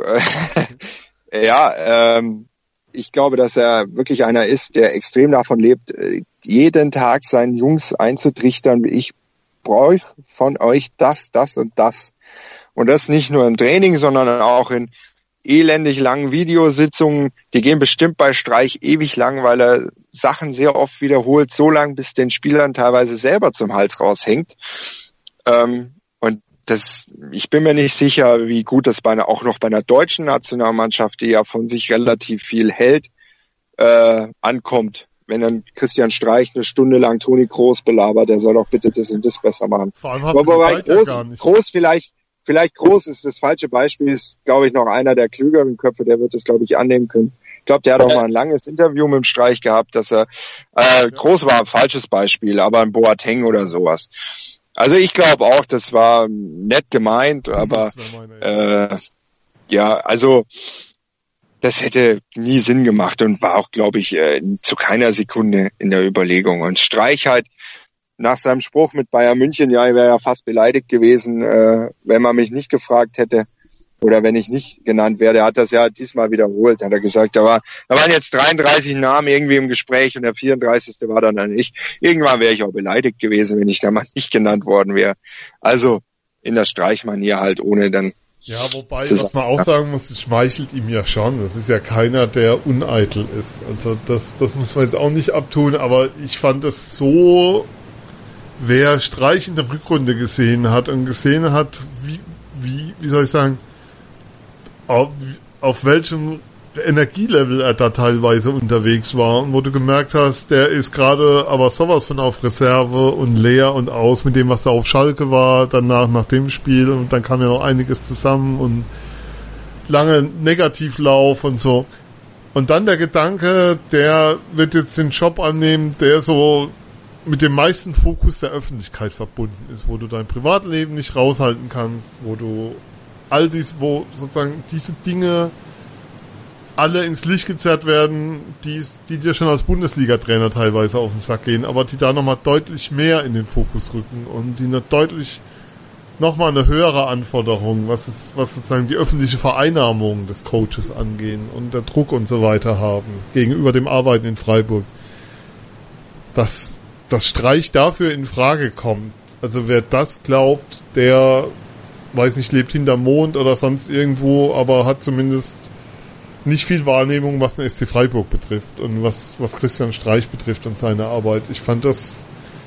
äh, ja, ähm, ich glaube, dass er wirklich einer ist, der extrem davon lebt, jeden Tag seinen Jungs einzutrichtern, ich brauche von euch das, das und das. Und das nicht nur im Training, sondern auch in elendig langen Videositzungen. Die gehen bestimmt bei Streich ewig lang, weil er Sachen sehr oft wiederholt, so lang, bis den Spielern teilweise selber zum Hals raushängt. Ähm, und das, ich bin mir nicht sicher, wie gut das bei einer, auch noch bei einer deutschen Nationalmannschaft, die ja von sich relativ viel hält, äh, ankommt. Wenn dann Christian Streich eine Stunde lang Toni Kroos belabert, der soll doch bitte das und das besser machen. Vor allem hast du die Zeit Kroos, ja gar nicht. Kroos vielleicht, vielleicht Kroos ist das falsche Beispiel, ist, glaube ich, noch einer der klügeren Köpfe, der wird das, glaube ich, annehmen können. Ich glaube, der hat auch mal ein langes Interview mit dem Streich gehabt, dass er, äh, Kroos war ein falsches Beispiel, aber ein Boateng oder sowas. Also ich glaube auch, das war nett gemeint, aber, äh, ja, also, das hätte nie Sinn gemacht und war auch, glaube ich, äh, zu keiner Sekunde in der Überlegung. Und Streich halt nach seinem Spruch mit Bayern München, ja, ich wäre ja fast beleidigt gewesen, äh, wenn man mich nicht gefragt hätte oder wenn ich nicht genannt werde. Er hat das ja diesmal wiederholt, hat er gesagt. Da, war, da waren jetzt dreiunddreißig Namen irgendwie im Gespräch und der vierunddreißigste war dann dann ich. Irgendwann wäre ich auch beleidigt gewesen, wenn ich da mal nicht genannt worden wäre. Also in der Streichmanier halt, ohne dann... Ja, wobei, was man auch sagen muss, das schmeichelt ihm ja schon. Das ist ja keiner, der uneitel ist. Also das, das muss man jetzt auch nicht abtun, aber ich fand es so, wer Streich in der Rückrunde gesehen hat und gesehen hat, wie, wie, wie soll ich sagen, auf, auf welchem Energielevel er da teilweise unterwegs war und wo du gemerkt hast, der ist gerade aber sowas von auf Reserve und leer und aus mit dem, was er auf Schalke war, danach nach dem Spiel und dann kam ja noch einiges zusammen und lange Negativlauf und so. Und dann der Gedanke, der wird jetzt den Job annehmen, der so mit dem meisten Fokus der Öffentlichkeit verbunden ist, wo du dein Privatleben nicht raushalten kannst, wo du all dies, wo sozusagen diese Dinge alle ins Licht gezerrt werden, die, die dir schon als Bundesliga-Trainer teilweise auf den Sack gehen, aber die da nochmal deutlich mehr in den Fokus rücken und die eine deutlich nochmal eine höhere Anforderung, was es, was sozusagen die öffentliche Vereinnahmung des Coaches angehen und der Druck und so weiter haben, gegenüber dem Arbeiten in Freiburg. Dass das Streich dafür in Frage kommt. Also wer das glaubt, der, weiß nicht, lebt hinterm Mond oder sonst irgendwo, aber hat zumindest nicht viel Wahrnehmung, was den S C Freiburg betrifft und was, was Christian Streich betrifft und seine Arbeit. Ich fand das, ja.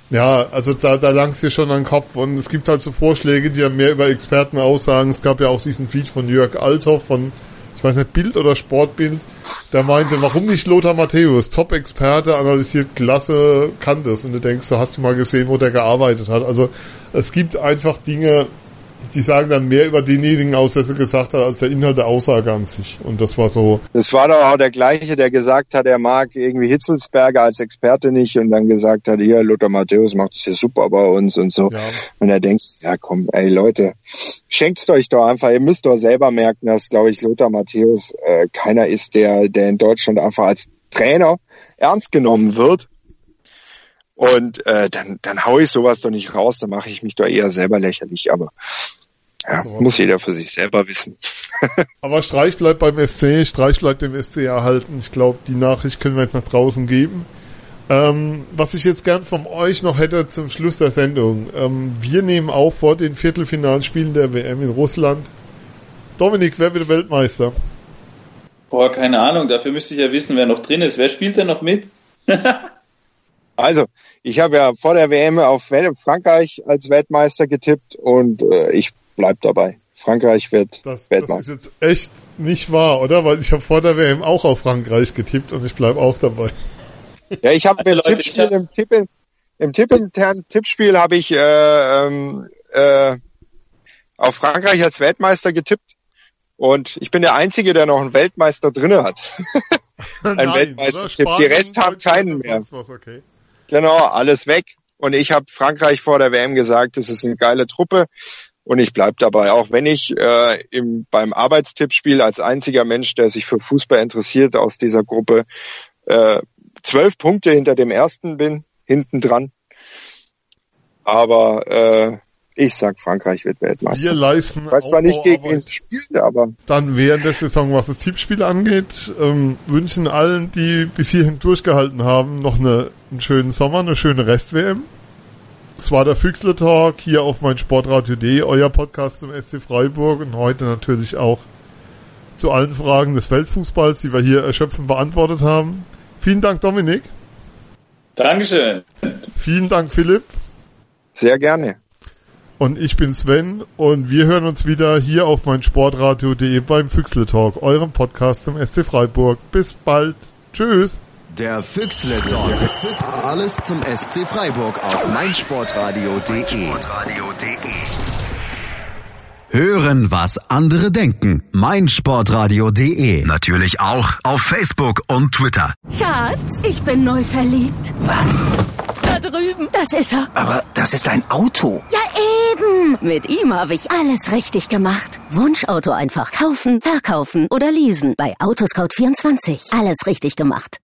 Ja, also da, da langst dir schon an den Kopf und es gibt halt so Vorschläge, die ja mehr über Experten aussagen. Es gab ja auch diesen Feed von Jörg Althoff von, ich weiß nicht, Bild oder Sportbild, der meinte, warum nicht Lothar Matthäus, Top-Experte, analysiert klasse, kann das. Und du denkst, so hast du mal gesehen, wo der gearbeitet hat. Also es gibt einfach Dinge, die sagen dann mehr über denjenigen aus, der sie gesagt hat, als der Inhalt der Aussage an sich. Und das war so. Das war doch auch der gleiche, der gesagt hat, er mag irgendwie Hitzelsberger als Experte nicht und dann gesagt hat, hier, Lothar Matthäus macht es hier super bei uns und so. Ja. Und er denkt, ja komm, ey Leute, schenkt's euch doch einfach. Ihr müsst doch selber merken, dass, glaube ich, Lothar Matthäus äh, keiner ist, der, der in Deutschland einfach als Trainer ernst genommen wird. Und äh, dann, dann hau ich sowas doch nicht raus, dann mache ich mich doch eher selber lächerlich. Aber ja, so muss jeder für sich selber wissen. Aber Streich bleibt beim S C, Streich bleibt dem S C erhalten. Ich glaube, die Nachricht können wir jetzt nach draußen geben. Ähm, was ich jetzt gern von euch noch hätte zum Schluss der Sendung. Ähm, wir nehmen auf vor den Viertelfinalspielen der W M in Russland. Dominik, wer wird Weltmeister? Boah, keine Ahnung, dafür müsste ich ja wissen, wer noch drin ist. Wer spielt denn noch mit? Also, ich habe ja vor der W M auf Frankreich als Weltmeister getippt und äh, ich bleib dabei. Frankreich wird das, Weltmeister. Das ist jetzt echt nicht wahr, oder? Weil ich habe vor der W M auch auf Frankreich getippt und ich bleib auch dabei. Ja, ich habe im Tippspiel, im Tipp, im Tipp, im Tippspiel habe ich äh, äh, auf Frankreich als Weltmeister getippt und ich bin der Einzige, der noch einen Weltmeister drinne hat. Ein Nein, Weltmeister-Tipp. Die Rest haben keinen mehr. Was, okay. Genau, alles weg. Und ich habe Frankreich vor der W M gesagt, das ist eine geile Truppe. Und ich bleib dabei, auch wenn ich äh, im, beim Arbeitstippspiel als einziger Mensch, der sich für Fußball interessiert, aus dieser Gruppe äh, zwölf Punkte hinter dem Ersten bin, hinten dran. Aber äh, ich sag, Frankreich wird Weltmeister. Wir leisten ich weiß zwar nicht, gegen wen es spielt, aber... Dann während der Saison, was das Tippspiel angeht, ähm, wünschen allen, die bis hierhin durchgehalten haben, noch eine, einen schönen Sommer, eine schöne Rest-W M. Es war der Füchsle Talk hier auf meinsportradio punkt de, euer Podcast zum S C Freiburg und heute natürlich auch zu allen Fragen des Weltfußballs, die wir hier erschöpfend beantwortet haben. Vielen Dank, Dominik. Dankeschön. Vielen Dank, Philipp. Sehr gerne. Und ich bin Sven und wir hören uns wieder hier auf meinsportradio punkt de beim Füchsle Talk, eurem Podcast zum S C Freiburg. Bis bald. Tschüss. Der Füchsle Talk. Alles zum S C Freiburg auf meinsportradio punkt de. Hören, was andere denken. meinsportradio punkt de. Natürlich auch auf Facebook und Twitter. Schatz, ich bin neu verliebt. Was? Da drüben. Das ist er. Aber das ist ein Auto. Ja, eben. Mit ihm habe ich alles richtig gemacht. Wunschauto einfach kaufen, verkaufen oder leasen. Bei Autoscout vierundzwanzig. Alles richtig gemacht.